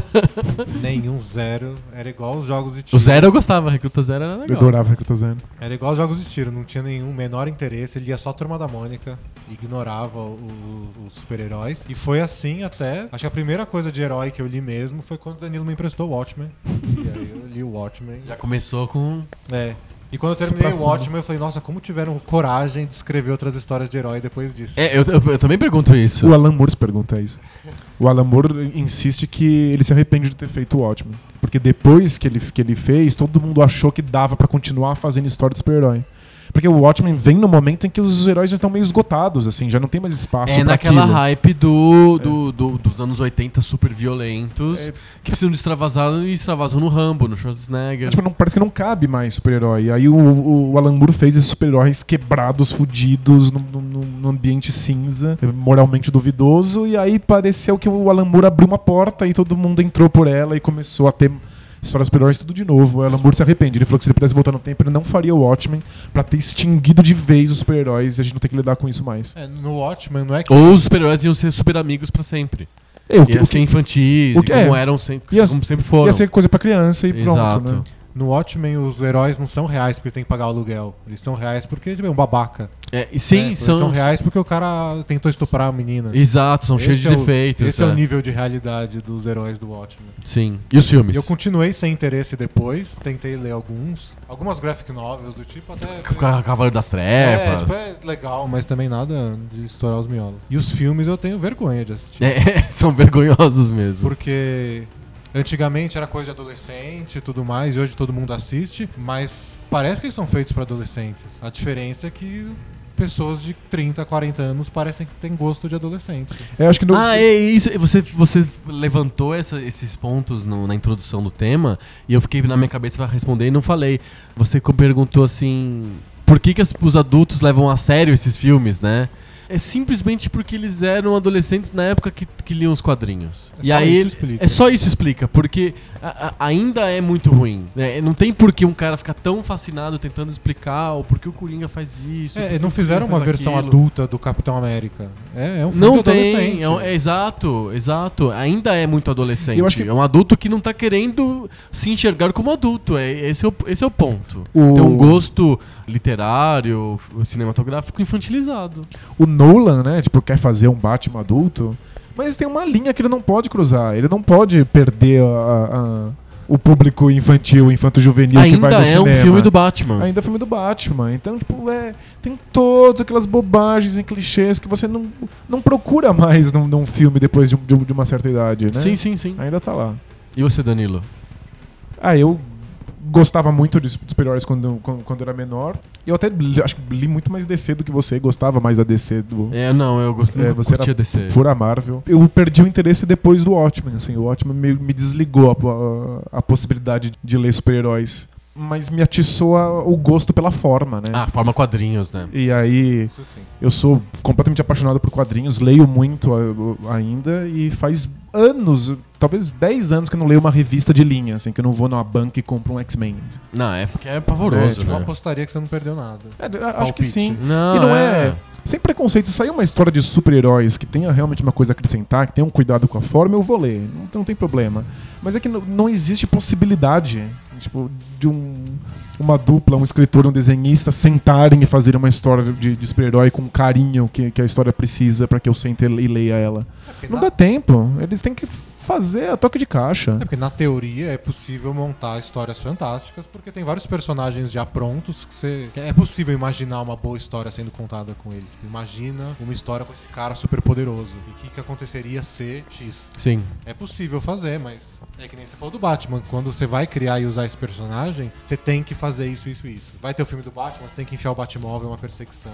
Nenhum, zero. Era igual os jogos de tiro. O Zero eu gostava, Recruta Zero era Eu legal. adorava Recruta Zero. Era igual os jogos de tiro, não tinha nenhum menor interesse, ele lia só a Turma da Mônica, ignorava os super-heróis. E foi assim até... Acho que a primeira coisa de herói que eu li mesmo foi quando o Danilo me emprestou o Watchmen. E aí eu li o Watchmen. Já começou com... E quando eu terminei o Supra-sumo. Watchmen, eu falei, nossa, como tiveram coragem de escrever outras histórias de herói depois disso. Eu também pergunto isso. O Alan Moore se pergunta isso. O Alan Moore insiste que ele se arrepende de ter feito o Watchmen. Porque depois que ele fez, todo mundo achou que dava pra continuar fazendo história de super-herói. Porque o Watchmen vem no momento em que os heróis já estão meio esgotados, assim, já não tem mais espaço pra naquela aquilo. hype dos anos 80 super violentos que precisam de extravasar e extravasam no Rambo, no Schwarzenegger. Tipo, parece que não cabe mais super-herói. Aí o Alan Moore fez esses super-heróis quebrados, fudidos, num ambiente cinza, moralmente duvidoso, e aí pareceu que o Alan Moore abriu uma porta e todo mundo entrou por ela e começou a ter histórias super-heróis tudo de novo. O Alan Moore se arrepende. Ele falou que se ele pudesse voltar no tempo, ele não faria o Watchmen pra ter extinguido de vez os super-heróis e a gente não ter que lidar com isso mais. No Watchmen não é que... Ou os super-heróis iam ser super amigos pra sempre. Ia ser infantis, o que- como eram sempre, Ia- como sempre foram. Ia ser coisa pra criança e Exato. pronto, né? no Watchmen os heróis não são reais porque tem que pagar o aluguel. Eles são reais porque tipo, é um babaca. E sim, Eles são reais porque o cara tentou estuprar a menina. Exato, são cheios de defeitos. Esse é o nível de realidade dos heróis do Watchmen. Sim. E os filmes? Eu continuei sem interesse depois, tentei ler algumas graphic novels do tipo, até... Cavaleiro das Trevas. É legal, mas também nada de estourar os miolos. E os filmes eu tenho vergonha de assistir. São vergonhosos mesmo. Porque antigamente era coisa de adolescente e tudo mais, e hoje todo mundo assiste, mas parece que eles são feitos para adolescentes. A diferença é que pessoas de 30, 40 anos parecem que têm gosto de adolescente. Acho que isso. Você levantou esses pontos na introdução do tema e eu fiquei na minha cabeça pra responder e não falei. Você perguntou assim, por que os adultos levam a sério esses filmes, né? É simplesmente porque eles eram adolescentes na época que liam os quadrinhos. Só isso explica, porque ainda é muito ruim, né? Não tem por que um cara ficar tão fascinado tentando explicar o porquê o Coringa faz isso. Não fizeram uma versão adulta do Capitão América. É um filme adolescente. Exato. Ainda é muito adolescente. É um adulto que não tá querendo se enxergar como adulto. Esse é o ponto. Tem um gosto literário, cinematográfico infantilizado. O Nolan, né, quer fazer um Batman adulto, mas tem uma linha que ele não pode cruzar. Ele não pode perder o público infantil, infanto-juvenil que vai no cinema. Ainda é um filme do Batman. Ainda é um filme do Batman. Então, tem todas aquelas bobagens e clichês que você não procura mais num filme depois de uma certa idade, né? Sim. Ainda tá lá. E você, Danilo? Eu gostava muito de super-heróis quando eu era menor. Eu até acho que li muito mais DC do que você. Gostava mais da DC do... eu você curtia era DC. Pura Marvel. Eu perdi o interesse depois do Watchmen. Assim, o Watchmen me desligou a possibilidade de ler super-heróis. Mas me atiçou o gosto pela forma, né? Forma quadrinhos, né? E aí, eu sou completamente apaixonado por quadrinhos, leio muito ainda, e faz anos, talvez 10 anos que eu não leio uma revista de linha, assim, que eu não vou numa banca e compro um X-Men. Não, é porque é pavoroso, né? Eu apostaria que você não perdeu nada. Acho que sim. Não, e não é... Sem preconceito, sair uma história de super-heróis que tenha realmente uma coisa a acrescentar, que tenha um cuidado com a forma, eu vou ler, não tem problema. Mas é que não existe possibilidade, de uma dupla, um escritor e um desenhista sentarem e fazerem uma história de super-herói com o carinho que a história precisa para que eu sente e leia ela. Não dá tempo, eles têm que fazer a toque de caixa. Porque na teoria é possível montar histórias fantásticas, porque tem vários personagens já prontos que é possível imaginar uma boa história sendo contada com ele. Imagina uma história com esse cara super poderoso. E o que aconteceria se X? Sim. É possível fazer, mas é que nem você falou do Batman. Quando você vai criar e usar esse personagem, você tem que fazer isso. Vai ter o filme do Batman, você tem que enfiar o Batmóvel em uma perseguição.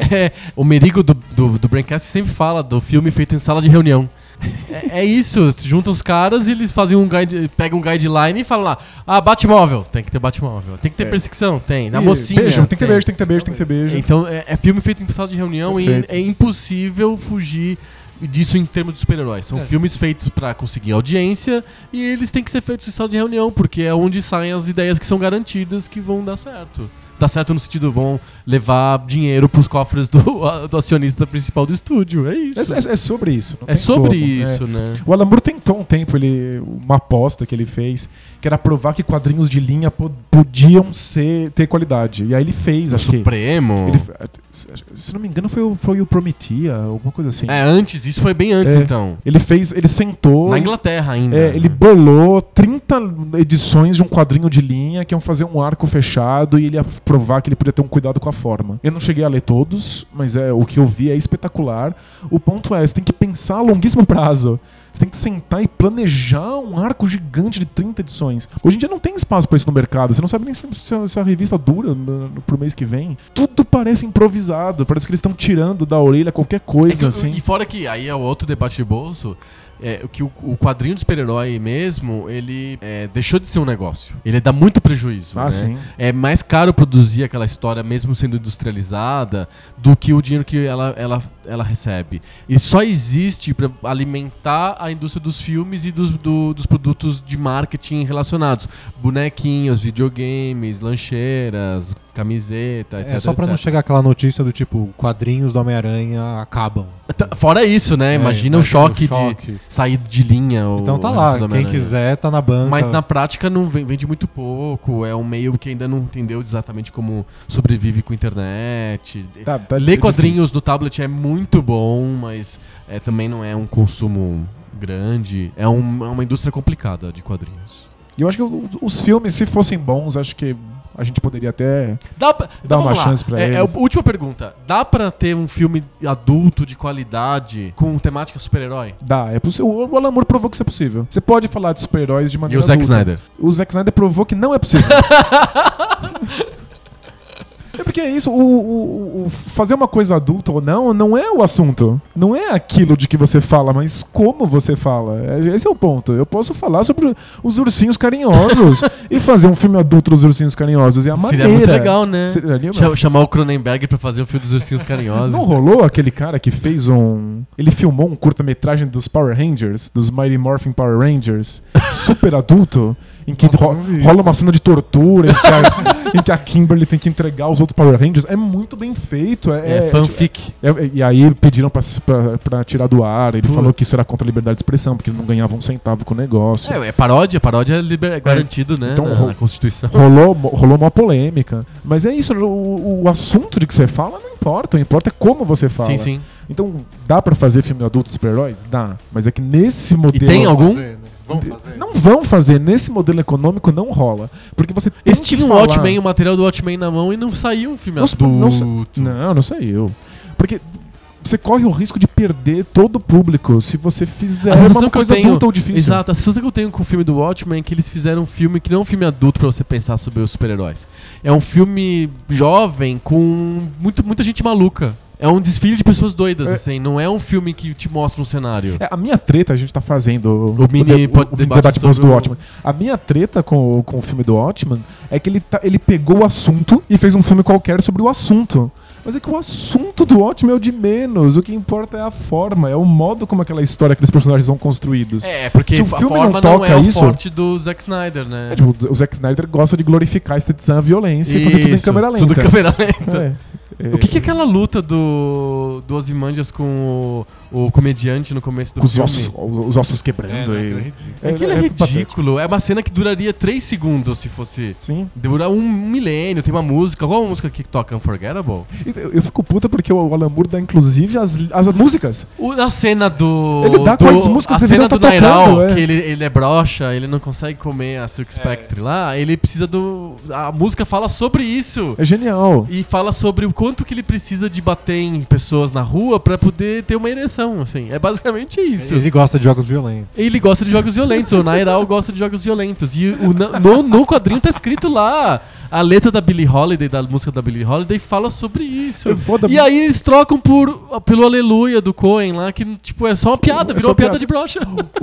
O Merigo do Braincast sempre fala do filme feito em sala de reunião. É isso, junta os caras e eles fazem pegam um guideline e falam lá, Batmóvel, tem que ter Batmóvel, tem que ter perseguição, tem, a mocinha. Beijo, tem que ter beijo. Então é filme feito em sala de reunião. Perfeito. E é impossível fugir disso em termos de super-heróis. São filmes feitos pra conseguir audiência e eles têm que ser feitos em sala de reunião, porque é onde saem as ideias que são garantidas que vão dar certo. Dá certo no sentido, vão levar dinheiro pros cofres do acionista principal do estúdio. É isso. É sobre isso. É sobre isso, né? O Alan Moore tentou um tempo, uma aposta que ele fez, que era provar que quadrinhos de linha podiam ter qualidade. E aí ele fez, acho Supremo. Se não me engano, foi o Prometia, alguma coisa assim. Antes, isso foi bem antes, então. Ele sentou... Na Inglaterra ainda. Ele bolou 30 edições de um quadrinho de linha que iam fazer um arco fechado e ele ia provar que ele podia ter um cuidado com a forma. Eu não cheguei a ler todos, mas o que eu vi é espetacular. O ponto é, você tem que pensar a longuíssimo prazo. Você tem que sentar e planejar um arco gigante de 30 edições. Hoje em dia não tem espaço pra isso no mercado. Você não sabe nem se a revista dura pro mês que vem. Tudo parece improvisado. Parece que eles estão tirando da orelha qualquer coisa. Assim. E fora que aí é o outro debate de bolso. Que o quadrinho do super-herói mesmo, ele deixou de ser um negócio. Ele dá muito prejuízo. Né? Sim. É mais caro produzir aquela história, mesmo sendo industrializada, do que o dinheiro que ela recebe. E só existe para alimentar a indústria dos filmes e dos produtos de marketing relacionados. Bonequinhos, videogames, lancheiras, camiseta, etc. Só pra não chegar aquela notícia do tipo, quadrinhos do Homem-Aranha acabam. Fora isso, né? Imagina o choque de sair de linha. Então tá o lá, resto do quem Homem-Aranha. quiser tá na banca. Mas na prática não vende muito pouco, é um meio que ainda não entendeu exatamente como sobrevive com Tá internet. Ler difícil. quadrinhos no tablet é muito bom, mas também não é um consumo grande. É uma indústria complicada de quadrinhos. E eu acho que os filmes, se fossem bons, acho que a gente poderia até Dá uma vamos lá. chance pra eles. Última pergunta. Dá pra ter um filme adulto de qualidade com temática super-herói? Dá, é possível. O Alan Moore provou que isso é possível. Você pode falar de super-heróis de E maneira o Zack adulta. Snyder? O Zack Snyder provou que não é possível. É porque é isso, o fazer uma coisa adulta ou não é o assunto. Não é aquilo de que você fala, mas como você fala. Esse é o ponto. Eu posso falar sobre os ursinhos carinhosos e fazer um filme adulto dos ursinhos carinhosos. E a maneira... Seria muito legal, né? Seria, Chamar o Cronenberg pra fazer o filme dos ursinhos carinhosos. não rolou aquele cara que fez ele filmou um curta-metragem dos Power Rangers, dos Mighty Morphin Power Rangers, super adulto, em que rola uma cena de tortura, em que a Kimberly tem que entregar os outros Power Rangers. É muito bem feito. É fanfic. E aí pediram pra tirar do ar. Ele falou que isso era contra a liberdade de expressão, porque ele não ganhava um centavo com o negócio. É paródia é garantido, né? Então, na Constituição. Rolou uma polêmica. Mas é isso, o assunto de que você fala não importa. O que importa é como você fala. Sim, sim. Então, dá pra fazer filme adulto de super-heróis? Dá. Mas é que nesse modelo... E tem algum? Vamos fazer. Não vão fazer. Nesse modelo econômico não rola. Porque você tem Eles que tinham o falar... Watchmen, o material do Watchmen na mão e não saiu um filme adulto. Não saiu. Porque você corre o risco de perder todo o público se você fizer A sensação uma que eu coisa tenho, adulta ou difícil. Exato, a sensação que eu tenho com o filme do Watchmen é que eles fizeram um filme que não é um filme adulto pra você pensar sobre os super-heróis. É um filme jovem com muita gente maluca. É um desfile de pessoas doidas, assim. Não é um filme que te mostra um cenário. A minha treta, a gente tá fazendo O mini debate do sobre Watchmen. A minha treta com o filme do Watchmen é que ele pegou o assunto e fez um filme qualquer sobre o assunto. Mas é que o assunto do Watchmen é o de menos. O que importa é a forma, é o modo como aquela história, aqueles personagens são construídos. Porque se o a filme forma não é o isso, forte do Zack Snyder, né? O Zack Snyder gosta de glorificar, estetizar a violência e fazer tudo em câmera lenta. Tudo em câmera lenta. É. O que é aquela luta do Ozymandias com o comediante no começo do Os filme? os ossos quebrando. Aquilo é ridículo. É uma cena que duraria 3 segundos se fosse. Sim. Dura um milênio, tem uma música. Qual a música que toca Unforgettable? Eu fico puta porque o Alan Moore dá inclusive as músicas. A cena do. Ele dá quais músicas a deveriam cena do tá Nairal, tocando, que ele é broxa, ele não consegue comer a Silk Spectre lá. Ele precisa do. A música fala sobre isso. É genial. E fala sobre o quanto que ele precisa de bater em pessoas na rua pra poder ter uma ereção, assim. É basicamente isso. Ele gosta de jogos violentos. Ele gosta de jogos violentos. O Nairal gosta de jogos violentos. E no quadrinho tá escrito lá. A letra da Billie Holiday, da música da Billie Holiday, fala sobre isso. E aí eles trocam pelo Aleluia do Coen lá, que tipo, é só uma piada, virou uma piada de brocha.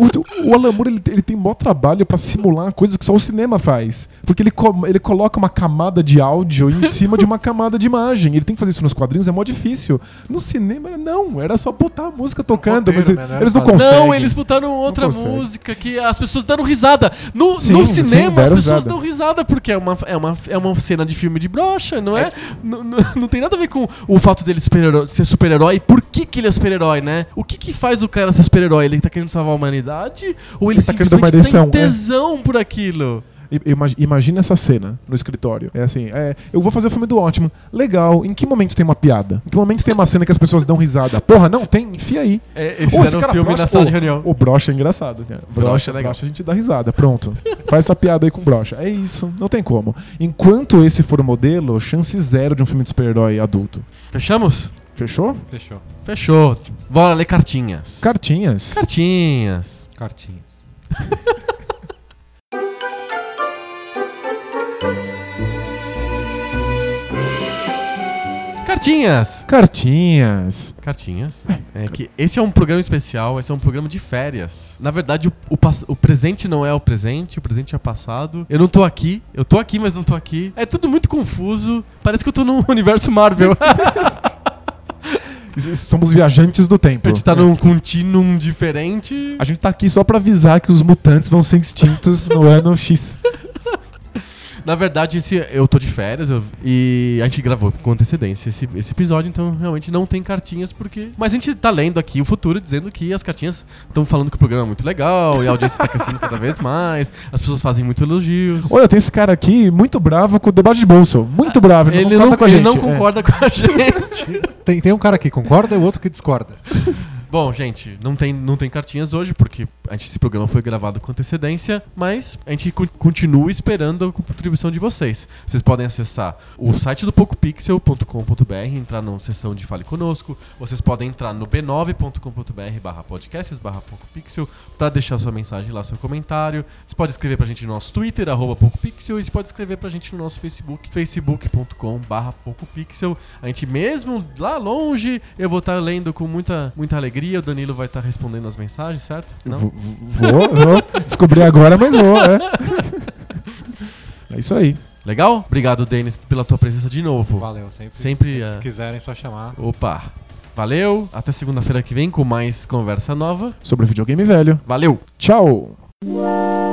O Alan Moore, ele tem maior trabalho pra simular coisas que só o cinema faz. Porque ele coloca uma camada de áudio em cima de uma camada de imagem. Ele tem que fazer isso nos quadrinhos, é mó difícil. No cinema, não. Era só botar a música tocando, mas eles não conseguem. Não, eles botaram outra música que as pessoas deram risada. No cinema, as pessoas dão risada, porque é uma cena de filme de brocha, não é? Não tem nada a ver com o fato dele ser super-herói e por que ele é super-herói, né? O que faz o cara ser super-herói? Ele tá querendo salvar a humanidade? Ou ele simplesmente tem tesão por aquilo? Imagina essa cena no escritório. É assim, eu vou fazer o filme do Watchmen. Legal, em que momento tem uma piada? Em que momento tem uma cena que as pessoas dão risada? Porra, não, tem, enfia aí. Eles fizeram um filme na sala de reunião. O brocha é engraçado. Cara. Brocha é legal. Brocha a gente dá risada, pronto. Faz essa piada aí com brocha. É isso, não tem como. Enquanto esse for o modelo, chance zero de um filme de super-herói adulto. Fechamos? Fechou? Fechou. Bora ler cartinhas. Cartinhas. Cartinhas. É que esse é um programa especial, esse é um programa de férias. Na verdade, o presente não é o presente é o passado. Eu não tô aqui, eu tô aqui, mas não tô aqui. É tudo muito confuso. Parece que eu tô num universo Marvel. Somos viajantes do tempo. A gente tá num contínuo diferente. A gente tá aqui só pra avisar que os mutantes vão ser extintos no ano X. Na verdade, eu tô de férias e a gente gravou com antecedência esse episódio, então realmente não tem cartinhas porque... Mas a gente tá lendo aqui o futuro dizendo que as cartinhas estão falando que o programa é muito legal e a audiência tá crescendo cada vez mais, as pessoas fazem muito elogios. Olha, tem esse cara aqui muito bravo com o debate de bolso. Muito bravo, Ele não concorda com a gente. Tem um cara que concorda e o outro que discorda. Bom, gente, não tem cartinhas hoje, porque esse programa foi gravado com antecedência, mas a gente continua esperando a contribuição de vocês. Vocês podem acessar o site do PocoPixel.com.br, entrar na seção de Fale Conosco. Vocês podem entrar no b9.com.br/podcasts/PocoPixel para deixar sua mensagem lá, seu comentário. Você pode escrever pra gente no nosso Twitter, @PocoPixel, e você pode escrever pra gente no nosso Facebook, facebook.com/PocoPixel. A gente mesmo lá longe, eu vou estar lendo com muita alegria. O Danilo vai estar respondendo as mensagens, certo? Não? Vou descobrir agora, mas vou. É isso aí. Legal? Obrigado, Denis, pela tua presença de novo. Valeu, sempre se quiserem, é só chamar. Opa! Valeu, até segunda-feira que vem com mais conversa nova Sobre o videogame velho. Valeu! Tchau!